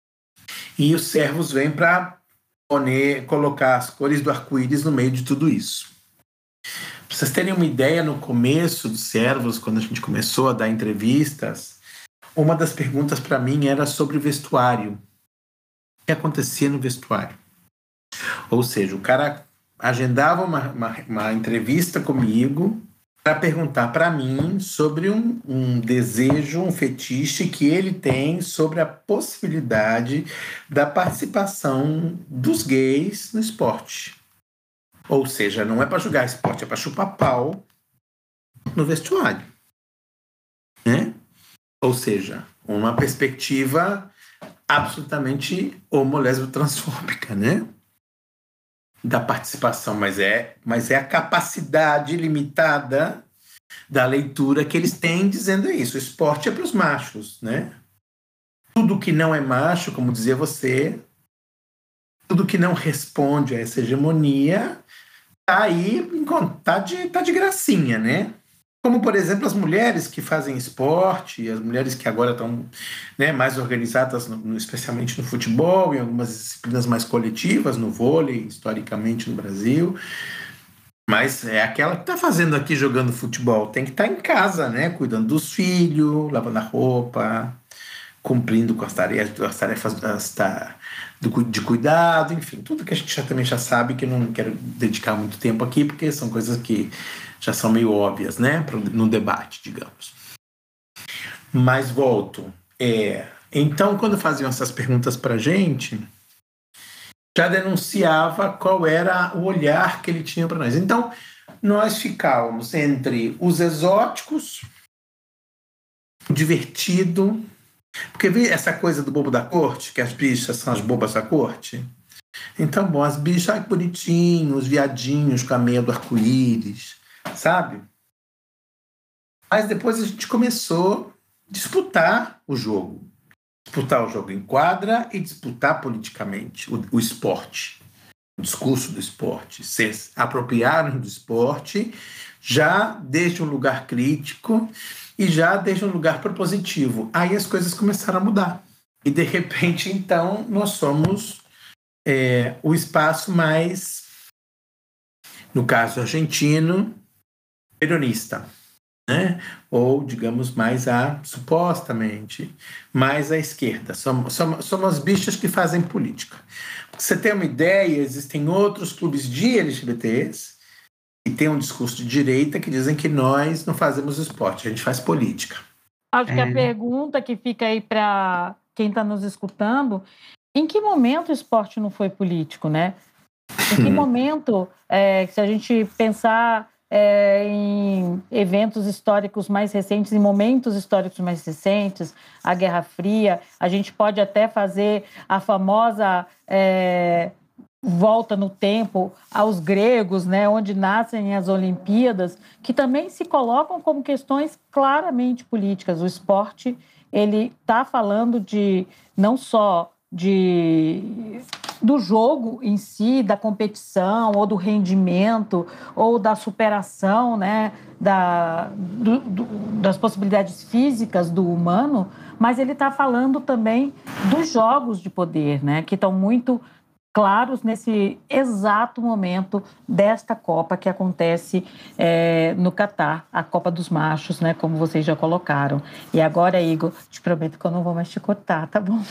E os Ciervos vêm para colocar as cores do arco-íris no meio de tudo isso. Para vocês terem uma ideia, no começo dos Ciervos, quando a gente começou a dar entrevistas, uma das perguntas para mim era sobre o vestuário. O que acontecia no vestuário? Ou seja, o cara agendava uma, uma, uma entrevista comigo para perguntar para mim sobre um, um desejo, um fetiche que ele tem sobre a possibilidade da participação dos gays no esporte. Ou seja, não é para jogar esporte, é para chupar pau no vestuário. Né? Ou seja, uma perspectiva absolutamente homo-lésbico-transfóbica, né? Da participação, mas é, mas é a capacidade limitada da leitura que eles têm dizendo isso. O esporte é para os machos, né? Tudo que não é macho, como dizia você, tudo que não responde a essa hegemonia, tá aí, tá de, tá de gracinha, né? Como, por exemplo, as mulheres que fazem esporte, as mulheres que agora estão, né, mais organizadas, no, especialmente no futebol, em algumas disciplinas mais coletivas, no vôlei, historicamente no Brasil. Mas é aquela que está fazendo aqui jogando futebol, tem que estar em casa, né, cuidando dos filhos, lavando a roupa, cumprindo com as tarefas, as tarefas as, tá, do, de cuidado, enfim, tudo que a gente já, também já sabe, que eu não quero dedicar muito tempo aqui, porque são coisas que já são meio óbvias, né, no debate, digamos. Mas volto. É, então, quando faziam essas perguntas para a gente, já denunciava qual era o olhar que ele tinha para nós. Então, nós ficávamos entre os exóticos, o divertido, porque vê essa coisa do bobo da corte, que as bichas são as bobas da corte? Então, bom, as bichas, ai, bonitinhos, os viadinhos com a meia do arco-íris, sabe? Mas depois a gente começou a disputar o jogo. Disputar o jogo em quadra e disputar politicamente o, o esporte. discurso do esporte, se apropriaram do esporte, já desde um lugar crítico e já desde um lugar propositivo. Aí as coisas começaram a mudar. E, de repente, então, nós somos é, o espaço mais, no caso argentino, peronista, né? Ou, digamos, mais a, supostamente, mais à esquerda. Somos, somos, somos as bichas que fazem política. Pra você ter uma ideia, existem outros clubes de L G B Ts que têm um discurso de direita que dizem que nós não fazemos esporte, a gente faz política. Acho É. que a pergunta que fica aí para quem está nos escutando, em que momento o esporte não foi político, né? Em que momento, é, se a gente pensar é, em eventos históricos mais recentes, em momentos históricos mais recentes, a Guerra Fria, a gente pode até fazer a famosa é, volta no tempo aos gregos, né, onde nascem as Olimpíadas, que também se colocam como questões claramente políticas. O esporte, ele está falando de não só de, do jogo em si, da competição, ou do rendimento, ou da superação, né, da, do, do, das possibilidades físicas do humano, mas ele está falando também dos jogos de poder, né, que estão muito claros nesse exato momento desta Copa que acontece é, no Catar, a Copa dos Machos, né, como vocês já colocaram. E agora, Igor, te prometo que eu não vou mais te cortar, tá bom?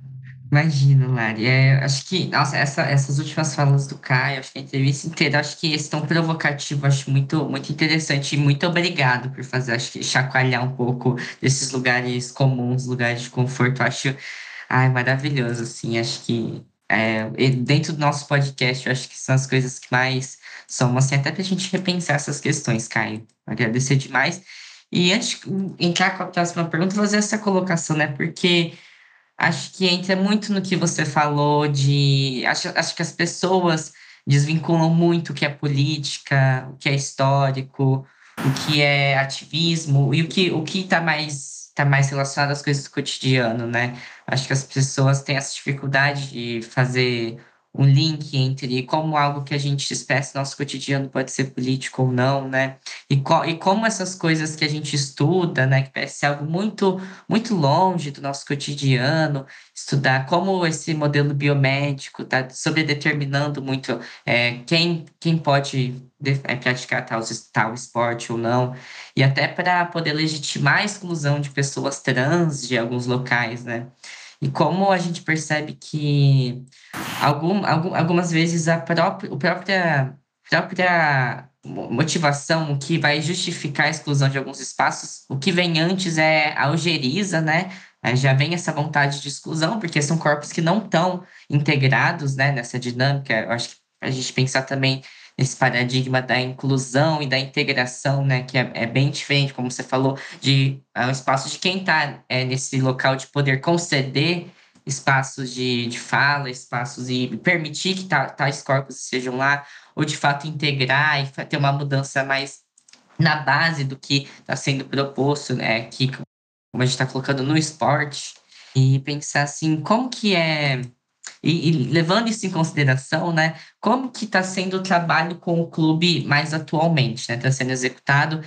Imagino, Lari. É, acho que, nossa, essa, essas últimas falas do Caio, acho que a entrevista inteira, acho que esse tão provocativo, acho muito, muito interessante. E muito obrigado por fazer, acho que chacoalhar um pouco desses lugares comuns, lugares de conforto. Acho, ai, maravilhoso, assim. Acho que é, e dentro do nosso podcast, eu acho que são as coisas que mais somos, assim, até pra gente repensar essas questões, Caio. Agradecer demais. E antes de entrar com a próxima pergunta, vou fazer essa colocação, né? Porque acho que entra muito no que você falou de... Acho, acho que as pessoas desvinculam muito o que é política, o que é histórico, o que é ativismo e o que o que está mais, tá mais relacionado às coisas do cotidiano, né? Acho que as pessoas têm essa dificuldade de fazer um link entre como algo que a gente expressa no nosso cotidiano pode ser político ou não, né? E, co e como essas coisas que a gente estuda, né, que parece algo muito, muito longe do nosso cotidiano, estudar como esse modelo biomédico está sobredeterminando muito é, quem, quem pode de- é, praticar tal, tal esporte ou não, e até para poder legitimar a exclusão de pessoas trans de alguns locais, né? E como a gente percebe que algum, algum, algumas vezes a própria, a própria, própria mo- motivação, o que vai justificar a exclusão de alguns espaços, o que vem antes é a algeriza, né? Aí já vem essa vontade de exclusão, porque são corpos que não estão integrados, né, nessa dinâmica. Eu acho que a gente pensar também nesse paradigma da inclusão e da integração, né, que é, é bem diferente, como você falou, de é um espaço de quem está é, nesse local de poder conceder espaços de, de fala, espaços e permitir que ta- tais corpos sejam lá, ou de fato integrar e fa- ter uma mudança mais na base do que está sendo proposto, né, que como a gente está colocando no esporte, e pensar assim, como que é, e, e levando isso em consideração, né, como que está sendo o trabalho com o clube mais atualmente, né, está sendo executado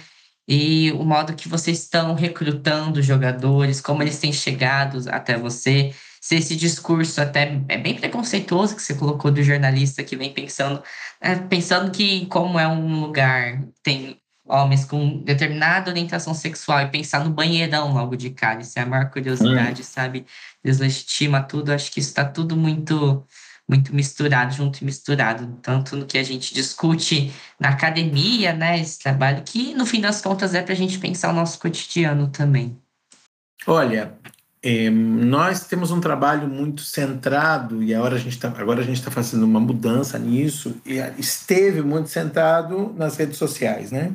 e o modo que vocês estão recrutando jogadores, como eles têm chegado até você, se esse discurso até é bem preconceituoso que você colocou do jornalista que vem pensando, é, pensando que como é um lugar tem homens com determinada orientação sexual e pensar no banheirão logo de cara, isso é a maior curiosidade, sabe? Deslegitima tudo, acho que isso está tudo muito muito misturado, junto e misturado, tanto no que a gente discute na academia, né, esse trabalho, que no fim das contas é para a gente pensar o nosso cotidiano também. Olha, é, nós temos um trabalho muito centrado e agora a gente está agora a gente está fazendo uma mudança nisso e esteve muito centrado nas redes sociais, né?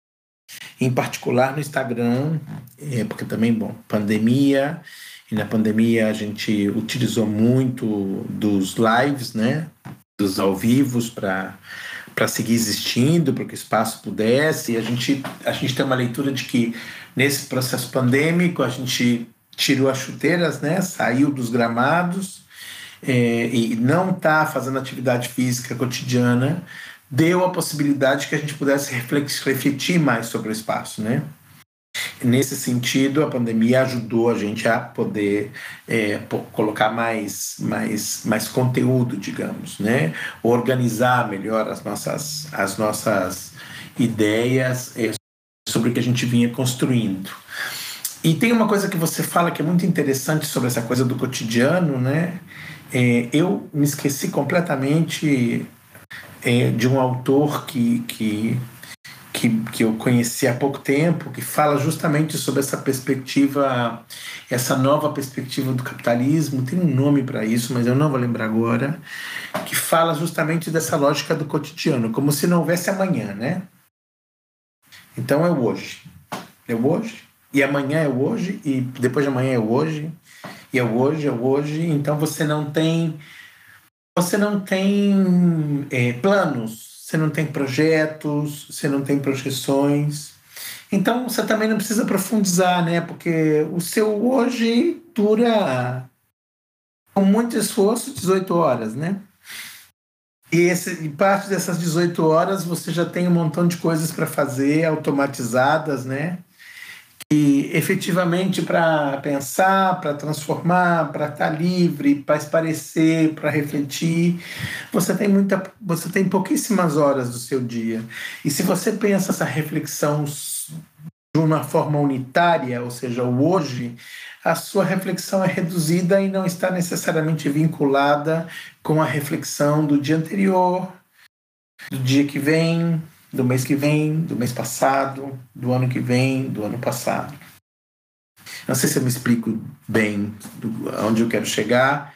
Em particular no Instagram, é, porque também, bom, pandemia, e na pandemia a gente utilizou muito dos lives, né? Dos ao vivos para para seguir existindo, para que o espaço pudesse. E a gente, a gente tem uma leitura de que nesse processo pandêmico a gente tirou as chuteiras, né? Saiu dos gramados é, e não está fazendo atividade física cotidiana, deu a possibilidade que a gente pudesse refletir mais sobre o espaço, né? Nesse sentido, a pandemia ajudou a gente a poder é, colocar mais, mais, mais conteúdo, digamos, né? Organizar melhor as nossas, as nossas ideias é, sobre o que a gente vinha construindo. E tem uma coisa que você fala que é muito interessante sobre essa coisa do cotidiano, né? É, eu me esqueci completamente é, de um autor que... que Que, que eu conheci há pouco tempo, que fala justamente sobre essa perspectiva, essa nova perspectiva do capitalismo, tem um nome para isso, mas eu não vou lembrar agora, que fala justamente dessa lógica do cotidiano, como se não houvesse amanhã, né? Então é o hoje. É o hoje, e amanhã é o hoje, e depois de amanhã é o hoje, e é o hoje, é o hoje, então você não tem, você não tem é, planos, você não tem projetos, você não tem projeções. Então, você também não precisa profundizar, né? Porque o seu hoje dura, com muito esforço, dezoito horas, né? E, esse, e parte dessas dezoito horas você já tem um montão de coisas para fazer, automatizadas, né? E efetivamente para pensar, para transformar, para estar livre, para esparecer, para refletir, você tem muita, você tem pouquíssimas horas do seu dia. E se você pensa essa reflexão de uma forma unitária, ou seja, o hoje, a sua reflexão é reduzida e não está necessariamente vinculada com a reflexão do dia anterior, do dia que vem, do mês que vem, do mês passado, do ano que vem, do ano passado. Não sei se eu me explico bem onde eu quero chegar,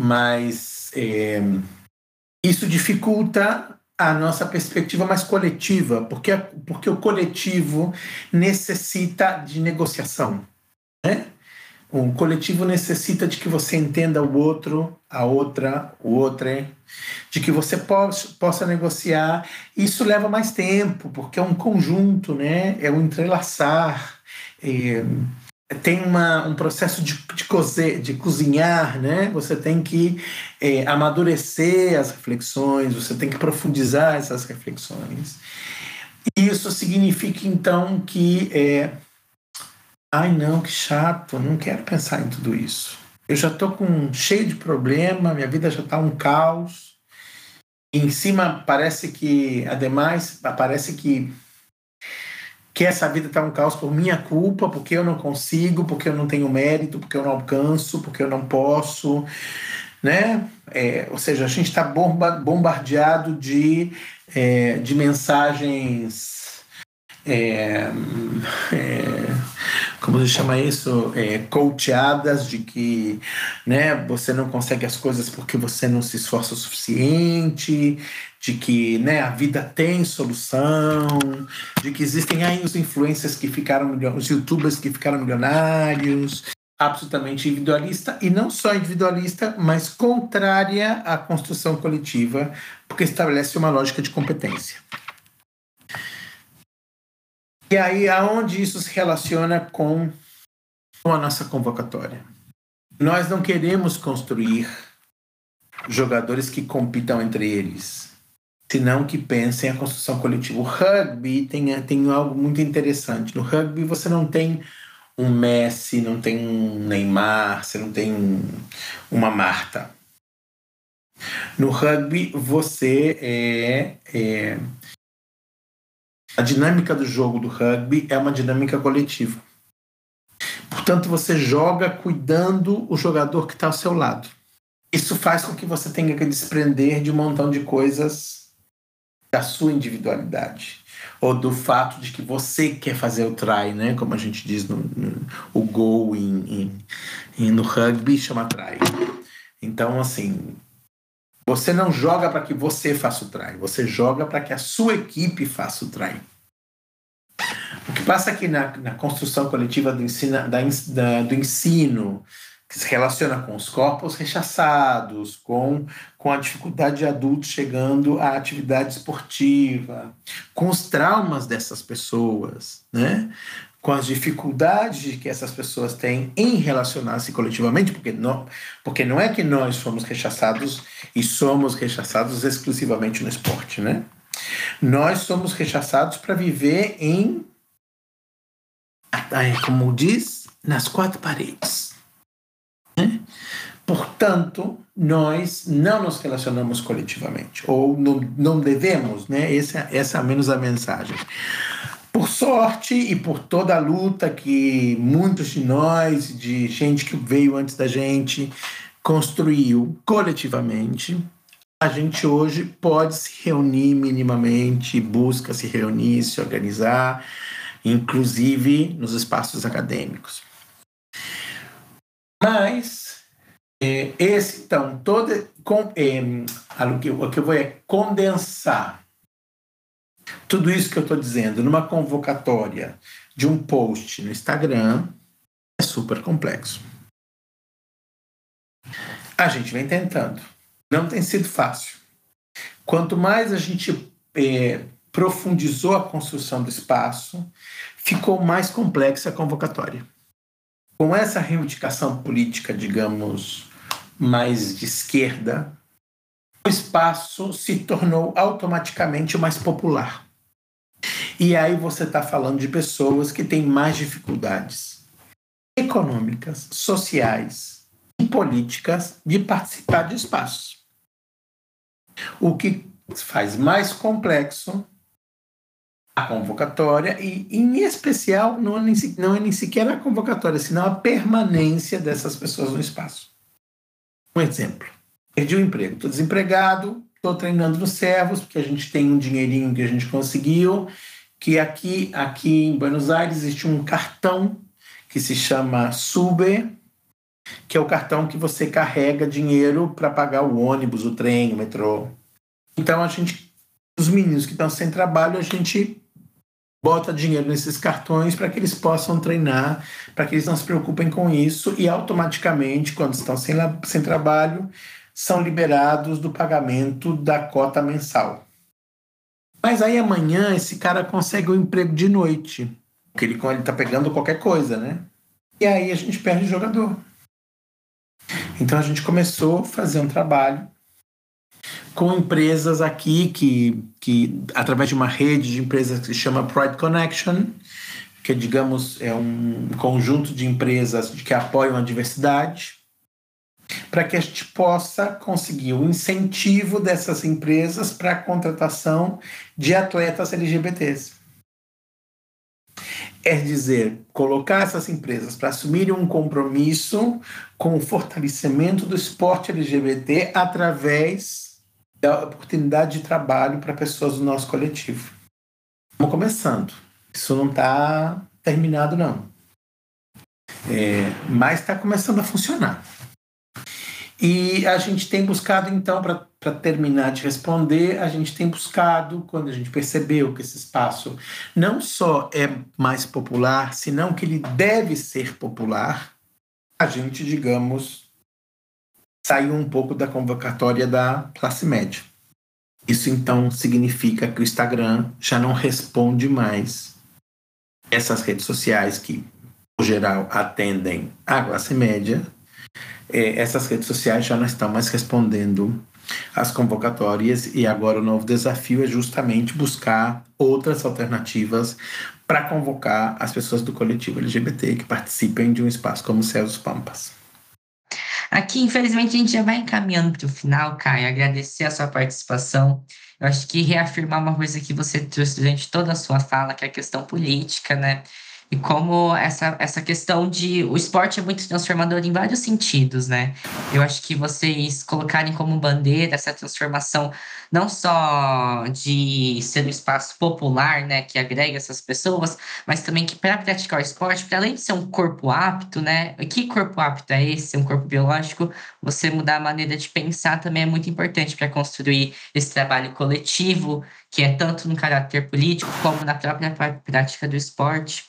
mas é, isso dificulta a nossa perspectiva mais coletiva, porque, porque o coletivo necessita de negociação, né? O coletivo necessita de que você entenda o outro, a outra, o outra, de que você possa, possa negociar. Isso leva mais tempo, porque é um conjunto, né? É um entrelaçar. É, tem uma, um processo de, de, cozer, de cozinhar, né? Você tem que é, amadurecer as reflexões, você tem que profundizar essas reflexões. Isso significa, então, que... É, ai, não, que chato, não quero pensar em tudo isso. Eu já estou com cheio de problema, minha vida já está um caos. E em cima parece que, ademais, parece que, que essa vida está um caos por minha culpa, porque eu não consigo, porque eu não tenho mérito, porque eu não alcanço, porque eu não posso, né? É, ou seja, a gente está bomba, bombardeado de, é, de mensagens... É, é, como se chama isso? É, coachadas de que, né, você não consegue as coisas porque você não se esforça o suficiente, de que, né, a vida tem solução, de que existem aí os influencers que ficaram milionários, os youtubers que ficaram milionários, absolutamente individualista, e não só individualista, mas contrária à construção coletiva, porque estabelece uma lógica de competência. E aí, aonde isso se relaciona com, com a nossa convocatória? Nós não queremos construir jogadores que compitam entre eles, senão que pensem a construção coletiva. O rugby tem, tem algo muito interessante. No rugby você não tem um Messi, não tem um Neymar, você não tem um, uma Marta. No rugby você é... é A dinâmica do jogo do rugby é uma dinâmica coletiva. Portanto, você joga cuidando o jogador que está ao seu lado. Isso faz com que você tenha que desprender de um montão de coisas da sua individualidade. Ou do fato de que você quer fazer o try, né? Como a gente diz no, no o gol em, em, no rugby, chama try. Então, assim... Você não joga para que você faça o try, você joga para que a sua equipe faça o try. O que passa aqui na, na construção coletiva do ensino, da, da, do ensino que se relaciona com os corpos rechaçados, com, com a dificuldade de adultos chegando à atividade esportiva, com os traumas dessas pessoas, né? Com as dificuldades que essas pessoas têm em relacionar-se coletivamente, porque não, porque não é que nós fomos rechaçados e somos rechaçados exclusivamente no esporte, né? Nós somos rechaçados para viver em, como diz, nas quatro paredes. Né? Portanto, nós não nos relacionamos coletivamente, ou não, não devemos, né? Essa, essa é menos a mensagem. Por sorte e por toda a luta que muitos de nós, de gente que veio antes da gente, construiu coletivamente, a gente hoje pode se reunir minimamente, busca se reunir, se organizar, inclusive nos espaços acadêmicos. Mas, é, esse, então, todo, com, é, o, que, o que eu vou é condensar tudo isso que eu estou dizendo numa convocatória de um post no Instagram é super complexo. A gente vem tentando. Não tem sido fácil. Quanto mais a gente é, profundizou a construção do espaço, ficou mais complexa a convocatória. Com essa reivindicação política, digamos, mais de esquerda, o espaço se tornou automaticamente mais popular. E aí você está falando de pessoas que têm mais dificuldades econômicas, sociais e políticas de participar de espaços. O que faz mais complexo a convocatória e, em especial, não é nem, não é nem sequer a convocatória, senão a permanência dessas pessoas no espaço. Um exemplo. Perdi o emprego, estou desempregado, estou treinando nos servos, porque a gente tem um dinheirinho que a gente conseguiu, que aqui, aqui em Buenos Aires existe um cartão que se chama Sube, que é o cartão que você carrega dinheiro para pagar o ônibus, o trem, o metrô. Então, a gente, os meninos que estão sem trabalho, a gente bota dinheiro nesses cartões para que eles possam treinar, para que eles não se preocupem com isso e automaticamente, quando estão sem, sem trabalho, são liberados do pagamento da cota mensal. Mas aí amanhã esse cara consegue um emprego de noite, porque ele está pegando qualquer coisa, né? E aí a gente perde o jogador. Então a gente começou a fazer um trabalho com empresas aqui, que, que através de uma rede de empresas que se chama Pride Connection, que, digamos, é um conjunto de empresas que apoiam a diversidade, para que a gente possa conseguir o incentivo dessas empresas para a contratação de atletas L G B Ts. É dizer, colocar essas empresas para assumirem um compromisso com o fortalecimento do esporte L G B T através da oportunidade de trabalho para pessoas do nosso coletivo. Estamos começando. Isso não está terminado, não. É, mas está começando a funcionar. E a gente tem buscado, então, para terminar de responder, a gente tem buscado, quando a gente percebeu que esse espaço não só é mais popular, senão que ele deve ser popular, a gente, digamos, saiu um pouco da convocatória da classe média. Isso, então, significa que o Instagram já não responde mais essas redes sociais que, por geral, atendem à classe média. É, essas redes sociais já não estão mais respondendo às convocatórias e agora o novo desafio é justamente buscar outras alternativas para convocar as pessoas do coletivo L G B T que participem de um espaço como o Céu dos Pampas. Aqui, infelizmente, a gente já vai encaminhando para o final, Caio. Agradecer a sua participação. Eu acho que reafirmar uma coisa que você trouxe durante toda a sua fala, que é a questão política, né? E como essa, essa questão de... O esporte é muito transformador em vários sentidos, né? Eu acho que vocês colocarem como bandeira essa transformação não só de ser um espaço popular, né? Que agrega essas pessoas, mas também que para praticar o esporte, para além de ser um corpo apto, né? Que corpo apto é esse? Um corpo biológico? Você mudar a maneira de pensar também é muito importante para construir esse trabalho coletivo, que é tanto no caráter político como na própria prática do esporte.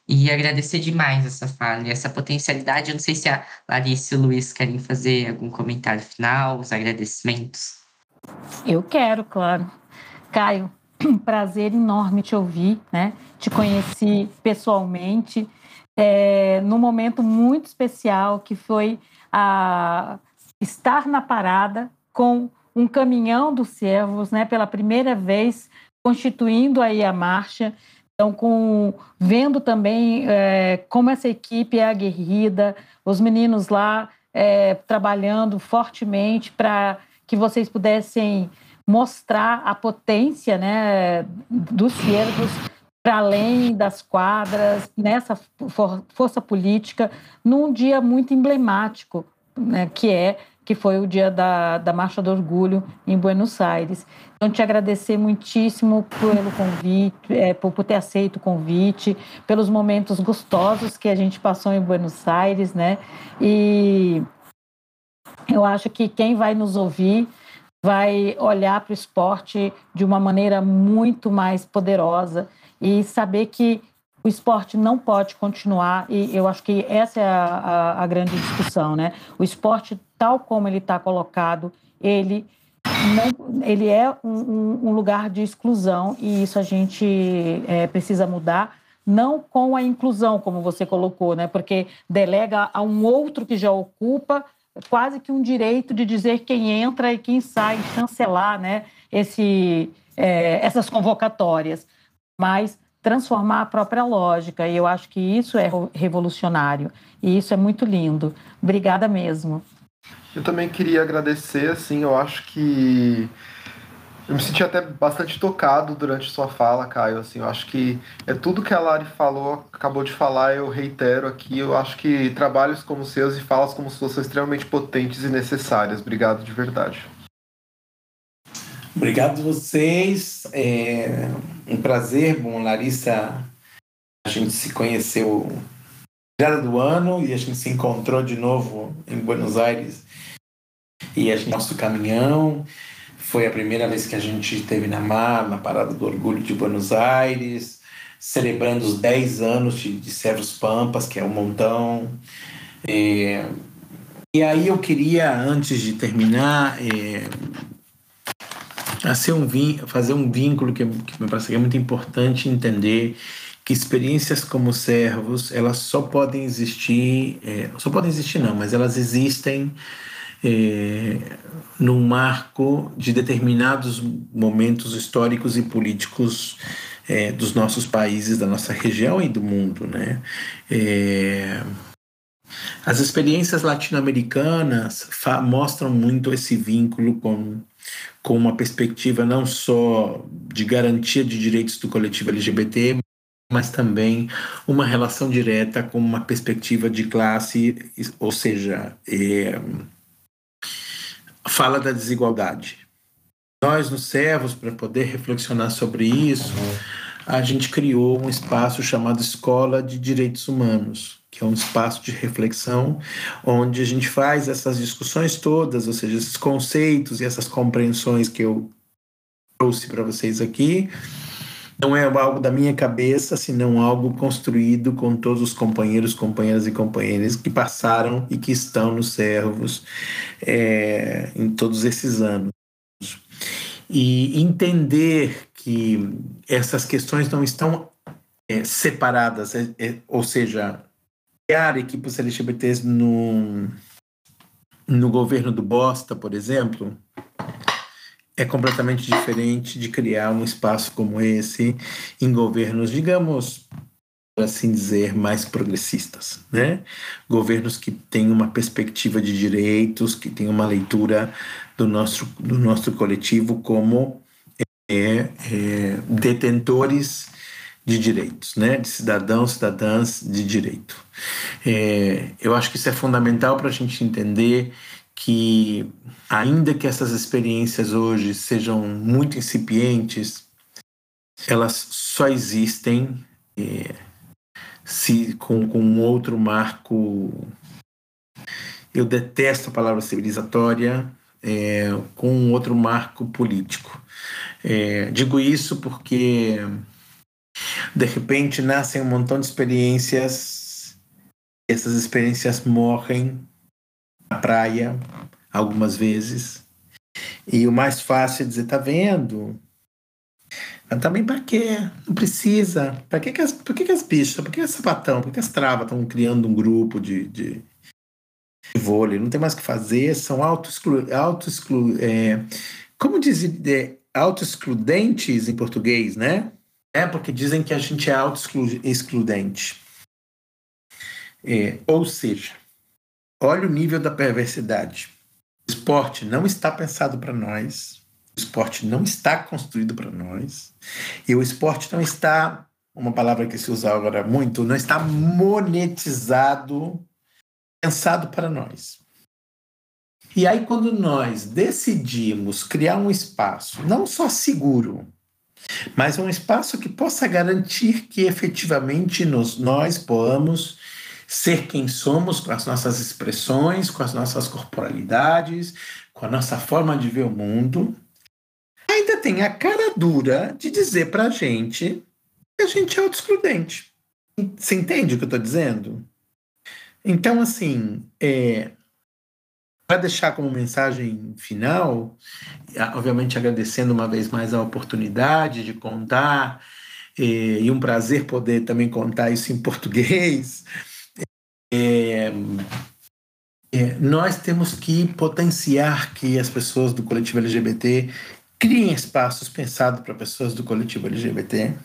E agradecer demais essa fala e essa potencialidade. Eu não sei se a Larissa e o Luiz querem fazer algum comentário final, os agradecimentos. Eu quero, claro. Caio, um prazer enorme te ouvir, né? Te conheci pessoalmente, é, num momento muito especial, que foi a, estar na parada com um caminhão dos servos, né? Pela primeira vez, constituindo aí a marcha. Então, com, vendo também é, como essa equipe é aguerrida, os meninos lá é, trabalhando fortemente para que vocês pudessem mostrar a potência, né, dos servos para além das quadras, nessa for, força política, num dia muito emblemático, né, que é que foi o dia da, da Marcha do Orgulho em Buenos Aires. Então, te agradecer muitíssimo pelo convite, é, por, por ter aceito o convite, pelos momentos gostosos que a gente passou em Buenos Aires, né? E eu acho que quem vai nos ouvir vai olhar para o esporte de uma maneira muito mais poderosa e saber que o esporte não pode continuar, e eu acho que essa é a, a, a grande discussão, né? O esporte, tal como ele está colocado, ele, não, ele é um, um lugar de exclusão, e isso a gente é, precisa mudar, não com a inclusão, como você colocou, né? Porque delega a um outro que já ocupa quase que um direito de dizer quem entra e quem sai, chancelar, né? Esse, é, essas convocatórias, mas transformar a própria lógica, e eu acho que isso é revolucionário, e isso é muito lindo. Obrigada mesmo. Eu também queria agradecer, assim, eu acho que eu me senti até bastante tocado durante sua fala, Caio, assim, eu acho que é tudo que a Lari falou, acabou de falar, eu reitero aqui, eu acho que trabalhos como os seus e falas como suas são extremamente potentes e necessárias. Obrigado de verdade. Obrigado a vocês, é um prazer. Bom, Larissa, a gente se conheceu na virada do ano e a gente se encontrou de novo em Buenos Aires e a gente, nosso caminhão, foi a primeira vez que a gente esteve na Mar, na Parada do Orgulho de Buenos Aires, celebrando os dez anos de, de Servos Pampas, que é um montão. É, e aí eu queria, antes de terminar, é, Fazer um, fazer um vínculo que, que me parece que é muito importante entender que experiências como servos, elas só podem existir, é, só podem existir não, mas elas existem é, num marco de determinados momentos históricos e políticos é, dos nossos países, da nossa região e do mundo, né? É, as experiências latino-americanas mostram muito esse vínculo com com uma perspectiva não só de garantia de direitos do coletivo L G B T, mas também uma relação direta com uma perspectiva de classe, ou seja, é, fala da desigualdade. Nós, nos Servos, para poder reflexionar sobre isso, a gente criou um espaço chamado Escola de Direitos Humanos, que é um espaço de reflexão onde a gente faz essas discussões todas, ou seja, esses conceitos e essas compreensões que eu trouxe para vocês aqui. Não é algo da minha cabeça, senão algo construído com todos os companheiros, companheiras e companheiras que passaram e que estão nos Servos é, em todos esses anos. E entender que essas questões não estão é, separadas, é, é, ou seja, criar equipes L G B Ts no, no governo do Bosta, por exemplo, é completamente diferente de criar um espaço como esse em governos, digamos, por assim dizer, mais progressistas, né? Governos que têm uma perspectiva de direitos, que têm uma leitura do nosso, do nosso coletivo como é, é, detentores de direitos, né? De cidadãos, cidadãs de direito. É, eu acho que isso é fundamental para a gente entender que, ainda que essas experiências hoje sejam muito incipientes, elas só existem é, se, com, com um outro marco. Eu detesto a palavra civilizatória, é, com um outro marco político. É, digo isso porque De repente nascem um montão de experiências, essas experiências morrem na praia algumas vezes, e o mais fácil é dizer, tá vendo? Mas também para quê? Não precisa. Para que que as, por que que as bichas, por que as sapatão, por que as travas estão criando um grupo de, de, de vôlei? Não tem mais o que fazer, são auto-exclu... auto-exclu... É, como dizer, é, auto-excludentes em português, né? É porque dizem que a gente é auto-excludente. É, ou seja, olha o nível da perversidade. O esporte não está pensado para nós, o esporte não está construído para nós, e o esporte não está, uma palavra que se usa agora muito, não está monetizado, pensado para nós. E aí, quando nós decidimos criar um espaço, não só seguro, mas um espaço que possa garantir que efetivamente nos, nós possamos ser quem somos com as nossas expressões, com as nossas corporalidades, com a nossa forma de ver o mundo, ainda tem a cara dura de dizer pra gente que a gente é auto-excludente. Você entende o que eu estou dizendo? Então, assim, é, para deixar como mensagem final, obviamente agradecendo uma vez mais a oportunidade de contar, é, e um prazer poder também contar isso em português. É, é, nós temos que potenciar que as pessoas do coletivo L G B T criem espaços pensados para pessoas do coletivo L G B T.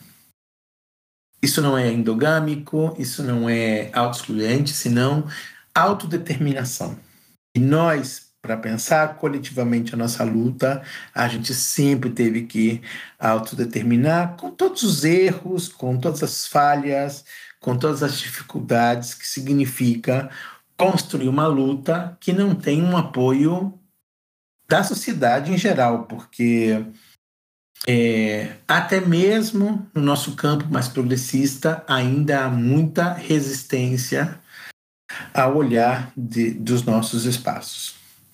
Isso não é endogâmico, isso não é auto-excludente, senão autodeterminação. E nós, para pensar coletivamente a nossa luta, a gente sempre teve que autodeterminar com todos os erros, com todas as falhas, com todas as dificuldades que significa construir uma luta que não tem um apoio da sociedade em geral, porque é, até mesmo no nosso campo mais progressista ainda há muita resistência ao olhar de, dos nossos espaços.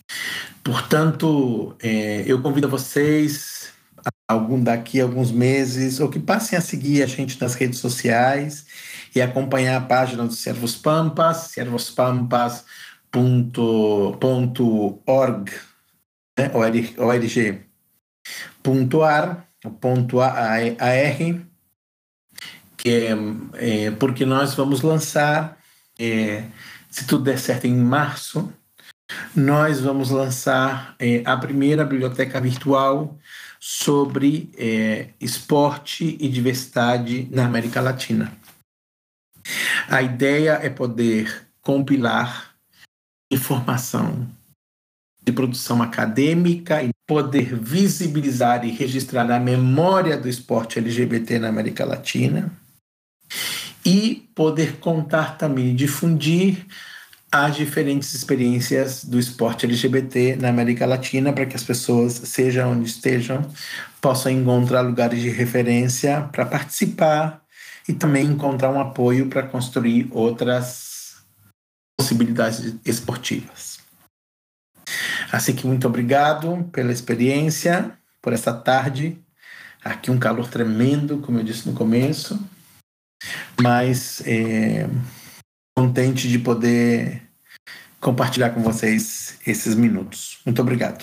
Portanto, é, eu convido vocês, algum daqui a alguns meses, ou que passem a seguir a gente nas redes sociais e acompanhar a página do Servos Pampas, servos pampas ponto org, né, org ponto ar, ponto ar, que é, é porque nós vamos lançar, é, se tudo der certo, em março, nós vamos lançar é, a primeira biblioteca virtual sobre é, esporte e diversidade na América Latina. A ideia é poder compilar informação de produção acadêmica e poder visibilizar e registrar a memória do esporte L G B T na América Latina e poder contar também e difundir as diferentes experiências do esporte L G B T na América Latina para que as pessoas, seja onde estejam, possam encontrar lugares de referência para participar e também encontrar um apoio para construir outras possibilidades esportivas. Assim que muito obrigado pela experiência, por essa tarde. Aqui um calor tremendo, como eu disse no começo, mas é, contente de poder compartilhar com vocês esses minutos. Muito obrigado.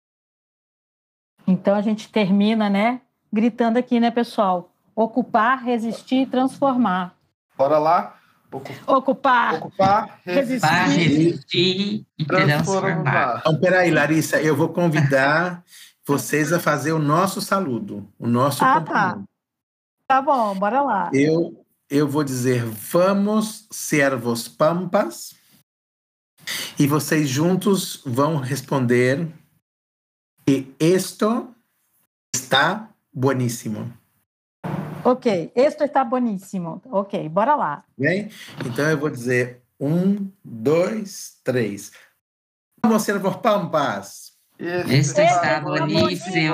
Então a gente termina, né, gritando aqui, né, pessoal? Ocupar, resistir e transformar. Bora lá. Ocupar, Ocupar, resistir, resistir e transformar. Então, peraí, Larissa, eu vou convidar vocês a fazer o nosso saludo, o nosso ah, cumprimento. Tá. Tá bom, bora lá. Eu, eu vou dizer, vamos, servos pampas, e vocês juntos vão responder que isto está bueníssimo. Ok, esto está bueníssimo. Ok, bora lá. Bem? Então eu vou dizer um, dois, três. Vamos, servos pampas! Isto está bueníssimo!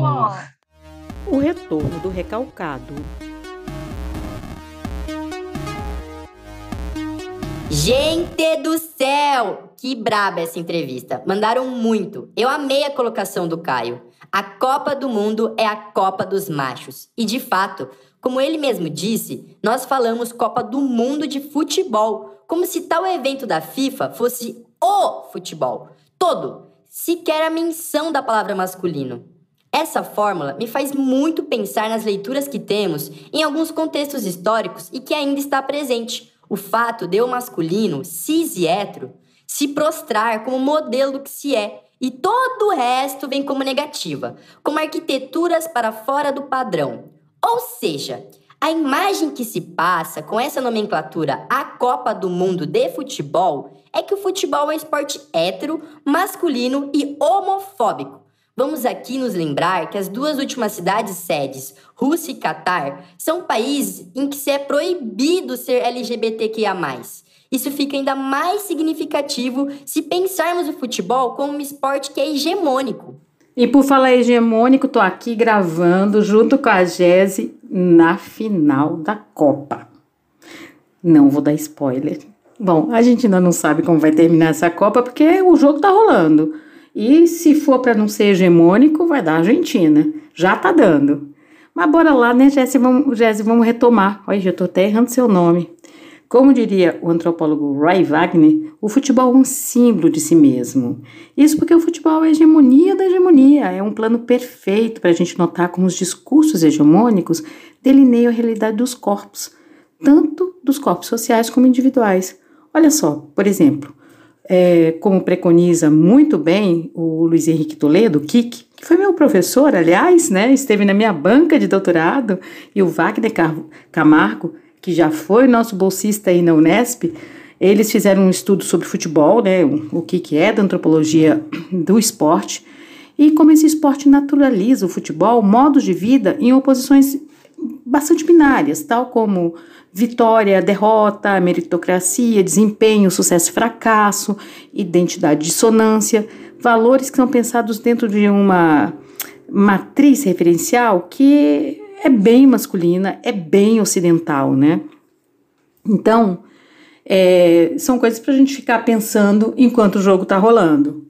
O retorno do recalcado. Gente do céu! Que braba essa entrevista. Mandaram muito. Eu amei a colocação do Caio. A Copa do Mundo é a Copa dos Machos. E, de fato, como ele mesmo disse, nós falamos Copa do Mundo de futebol, como se tal evento da FIFA fosse o futebol. Todo. Sequer a menção da palavra masculino. Essa fórmula me faz muito pensar nas leituras que temos em alguns contextos históricos e que ainda está presente. O fato de o masculino, cis e hétero, se prostrar como modelo do que se é, e todo o resto vem como negativa, como arquiteturas para fora do padrão. Ou seja, a imagem que se passa com essa nomenclatura a Copa do Mundo de futebol é que o futebol é um esporte hétero, masculino e homofóbico. Vamos aqui nos lembrar que as duas últimas cidades sedes, Rússia e Catar, são países em que se é proibido ser L G B T Q I A mais. Isso fica ainda mais significativo se pensarmos o futebol como um esporte que é hegemônico. E por falar hegemônico, tô aqui gravando junto com a Jéssica na final da Copa. Não vou dar spoiler. Bom, a gente ainda não sabe como vai terminar essa Copa porque o jogo tá rolando. E se for para não ser hegemônico, vai dar Argentina. Já tá dando. Mas bora lá, né, Jéssica? Vamos, Jéssica, vamos retomar. Olha, já tô até errando seu nome. Como diria o antropólogo Roy Wagner, o futebol é um símbolo de si mesmo. Isso porque o futebol é a hegemonia da hegemonia. É um plano perfeito para a gente notar como os discursos hegemônicos delineiam a realidade dos corpos, tanto dos corpos sociais como individuais. Olha só, por exemplo, é, como preconiza muito bem o Luiz Henrique Toledo, o Kik, que foi meu professor, aliás, né, esteve na minha banca de doutorado, e o Wagner Camargo, que já foi nosso bolsista aí na Unesp, eles fizeram um estudo sobre futebol, né, o que, que é da antropologia do esporte, e como esse esporte naturaliza o futebol, modos de vida em oposições bastante binárias, tal como vitória, derrota, meritocracia, desempenho, sucesso e fracasso, identidade, dissonância, valores que são pensados dentro de uma matriz referencial que é bem masculina, é bem ocidental, né? Então, é, são coisas para a gente ficar pensando enquanto o jogo tá rolando.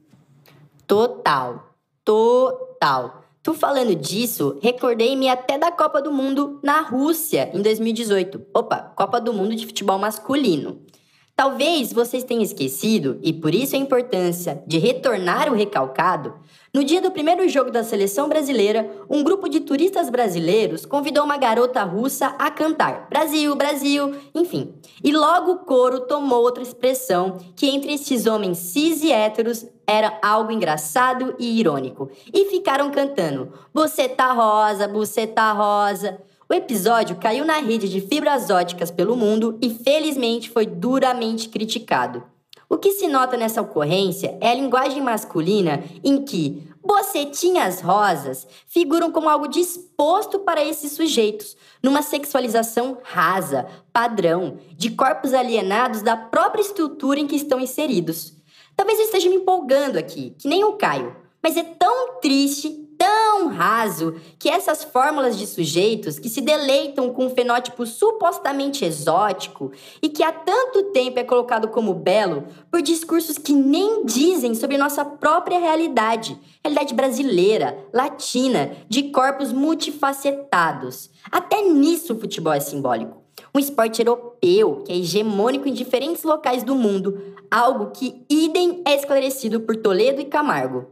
Total, total. Tu falando disso, recordei-me até da Copa do Mundo na Rússia, em dois mil e dezoito. Opa, Copa do Mundo de futebol masculino. Talvez vocês tenham esquecido, e por isso a importância de retornar o recalcado, no dia do primeiro jogo da seleção brasileira, um grupo de turistas brasileiros convidou uma garota russa a cantar Brasil, Brasil, enfim. E logo o coro tomou outra expressão que entre esses homens cis e héteros era algo engraçado e irônico. E ficaram cantando Você tá rosa, você tá rosa. O episódio caiu na rede de fibras óticas pelo mundo e felizmente foi duramente criticado. O que se nota nessa ocorrência é a linguagem masculina em que bocetinhas rosas figuram como algo disposto para esses sujeitos, numa sexualização rasa, padrão, de corpos alienados da própria estrutura em que estão inseridos. Talvez eu esteja me empolgando aqui, que nem o Caio, mas é tão triste, tão raso, que essas fórmulas de sujeitos que se deleitam com um fenótipo supostamente exótico e que há tanto tempo é colocado como belo por discursos que nem dizem sobre nossa própria realidade, realidade brasileira, latina, de corpos multifacetados. Até nisso o futebol é simbólico. Um esporte europeu que é hegemônico em diferentes locais do mundo, algo que idem é esclarecido por Toledo e Camargo.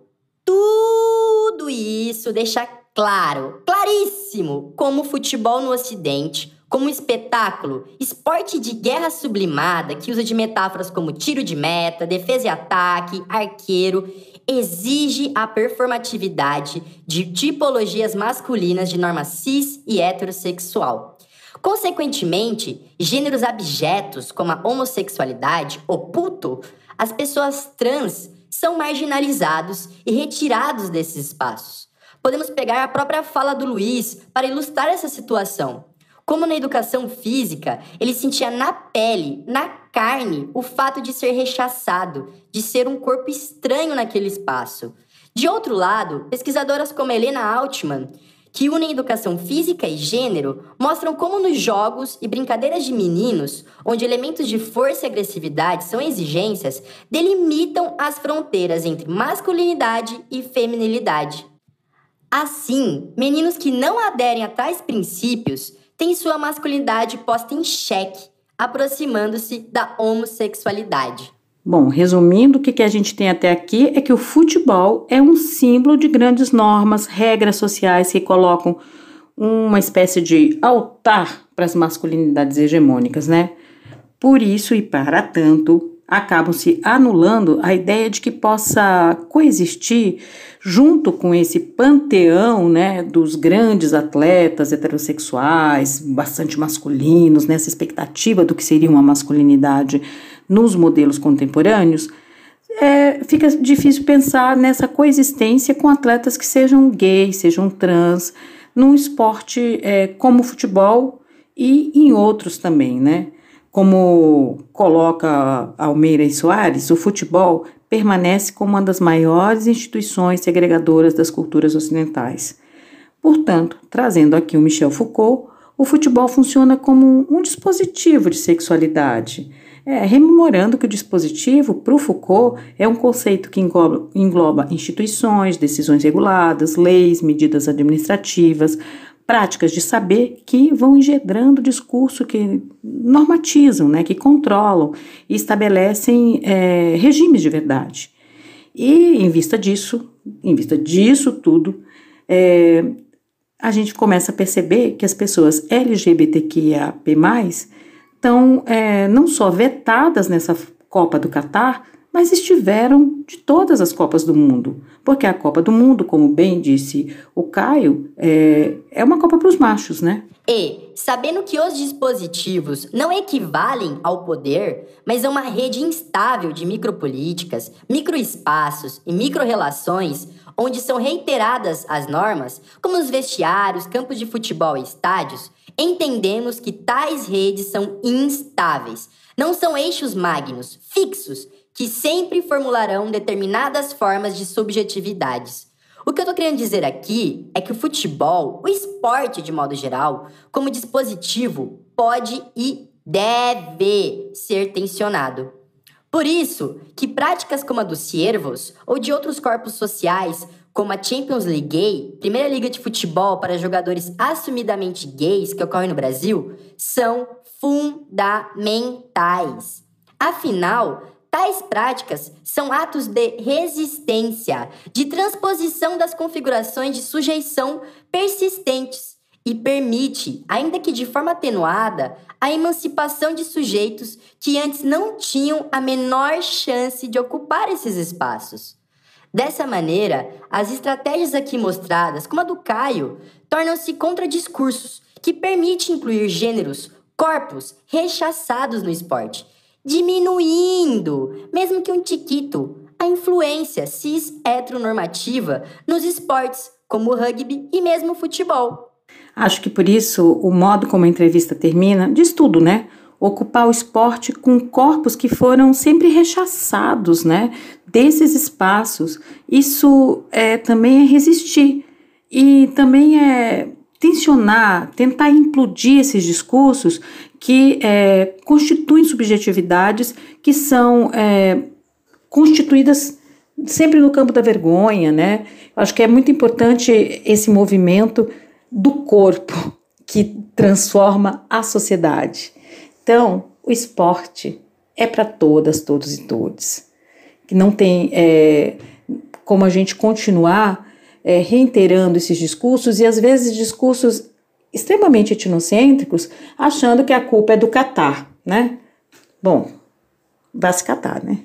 Tudo isso deixa claro, claríssimo, como o futebol no Ocidente, como um espetáculo, esporte de guerra sublimada que usa de metáforas como tiro de meta, defesa e ataque, arqueiro, exige a performatividade de tipologias masculinas de norma cis e heterossexual. Consequentemente, gêneros abjetos como a homossexualidade, o puto, as pessoas trans são marginalizados e retirados desses espaços. Podemos pegar a própria fala do Luiz para ilustrar essa situação. Como na educação física, ele sentia na pele, na carne, o fato de ser rechaçado, de ser um corpo estranho naquele espaço. De outro lado, pesquisadoras como Helena Altman, que unem educação física e gênero, mostram como nos jogos e brincadeiras de meninos, onde elementos de força e agressividade são exigências, delimitam as fronteiras entre masculinidade e feminilidade. Assim, meninos que não aderem a tais princípios têm sua masculinidade posta em xeque, aproximando-se da homossexualidade. Bom, resumindo, o que a gente tem até aqui é que o futebol é um símbolo de grandes normas, regras sociais que colocam uma espécie de altar para as masculinidades hegemônicas, né? Por isso e para tanto, acabam se anulando a ideia de que possa coexistir junto com esse panteão, né, dos grandes atletas heterossexuais, bastante masculinos, nessa expectativa do que seria uma masculinidade nos modelos contemporâneos, é, fica difícil pensar nessa coexistência com atletas que sejam gays, sejam trans, num esporte é, como o futebol e em outros também, né? Como coloca Almeida e Soares, o futebol permanece como uma das maiores instituições segregadoras das culturas ocidentais. Portanto, trazendo aqui o Michel Foucault, o futebol funciona como um dispositivo de sexualidade, é, rememorando que o dispositivo, para o Foucault, é um conceito que engloba, engloba instituições, decisões reguladas, leis, medidas administrativas, práticas de saber que vão engendrando discurso que normatizam, né, que controlam e estabelecem é, regimes de verdade. E em vista disso, em vista disso tudo, é, a gente começa a perceber que as pessoas L G B T Q I A P mais, estão é, não só vetadas nessa Copa do Catar, mas estiveram de todas as Copas do Mundo, porque a Copa do Mundo, como bem disse o Caio, é, é uma Copa para os machos, né? E, sabendo que os dispositivos não equivalem ao poder, mas a uma rede instável de micropolíticas, microespaços e microrelações, onde são reiteradas as normas, como os vestiários, campos de futebol e estádios, entendemos que tais redes são instáveis, não são eixos magnos, fixos, que sempre formularão determinadas formas de subjetividades. O que eu tô querendo dizer aqui é que o futebol, o esporte de modo geral, como dispositivo, pode e deve ser tensionado. Por isso, que práticas como a dos ciervos ou de outros corpos sociais, como a Champions League Gay, primeira liga de futebol para jogadores assumidamente gays que ocorre no Brasil, são fundamentais. Afinal, tais práticas são atos de resistência, de transposição das configurações de sujeição persistentes e permite, ainda que de forma atenuada, a emancipação de sujeitos que antes não tinham a menor chance de ocupar esses espaços. Dessa maneira, as estratégias aqui mostradas, como a do Caio, tornam-se contradiscursos que permitem incluir gêneros, corpos rechaçados no esporte, diminuindo, mesmo que um tiquito, a influência cis-heteronormativa nos esportes, como o rugby e mesmo o futebol. Acho que por isso o modo como a entrevista termina diz tudo, né? Ocupar o esporte com corpos que foram sempre rechaçados, né? Desses espaços. Isso é, também é resistir e também é tensionar, tentar implodir esses discursos que é, constituem subjetividades que são é, constituídas sempre no campo da vergonha, né? Acho que é muito importante esse movimento do corpo que transforma a sociedade. Então, o esporte é para todas, todos e todos. Que não tem é, como a gente continuar é, reiterando esses discursos e às vezes discursos extremamente etnocêntricos, achando que a culpa é do Catar, né? Bom, vai se catar, né?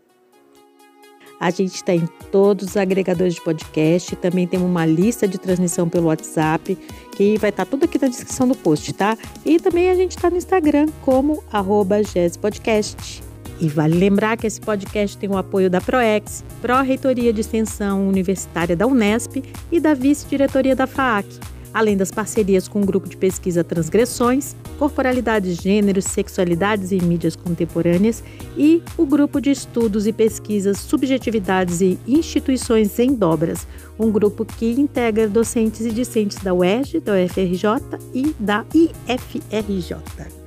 A gente está em todos os agregadores de podcast, também temos uma lista de transmissão pelo WhatsApp, que vai estar tudo aqui na descrição do post, tá? E também a gente está no Instagram como arroba gespodcast. E vale lembrar que esse podcast tem o apoio da PROEX, Pró-Reitoria de Extensão Universitária da Unesp e da Vice-Diretoria da FAAC. além das parcerias com o grupo de pesquisa Transgressões, Corporalidades, Gêneros, Sexualidades e Mídias Contemporâneas e o grupo de estudos e pesquisas Subjetividades e Instituições em Dobras, um grupo que integra docentes e discentes da U E R J, da U F R J e da I F R J.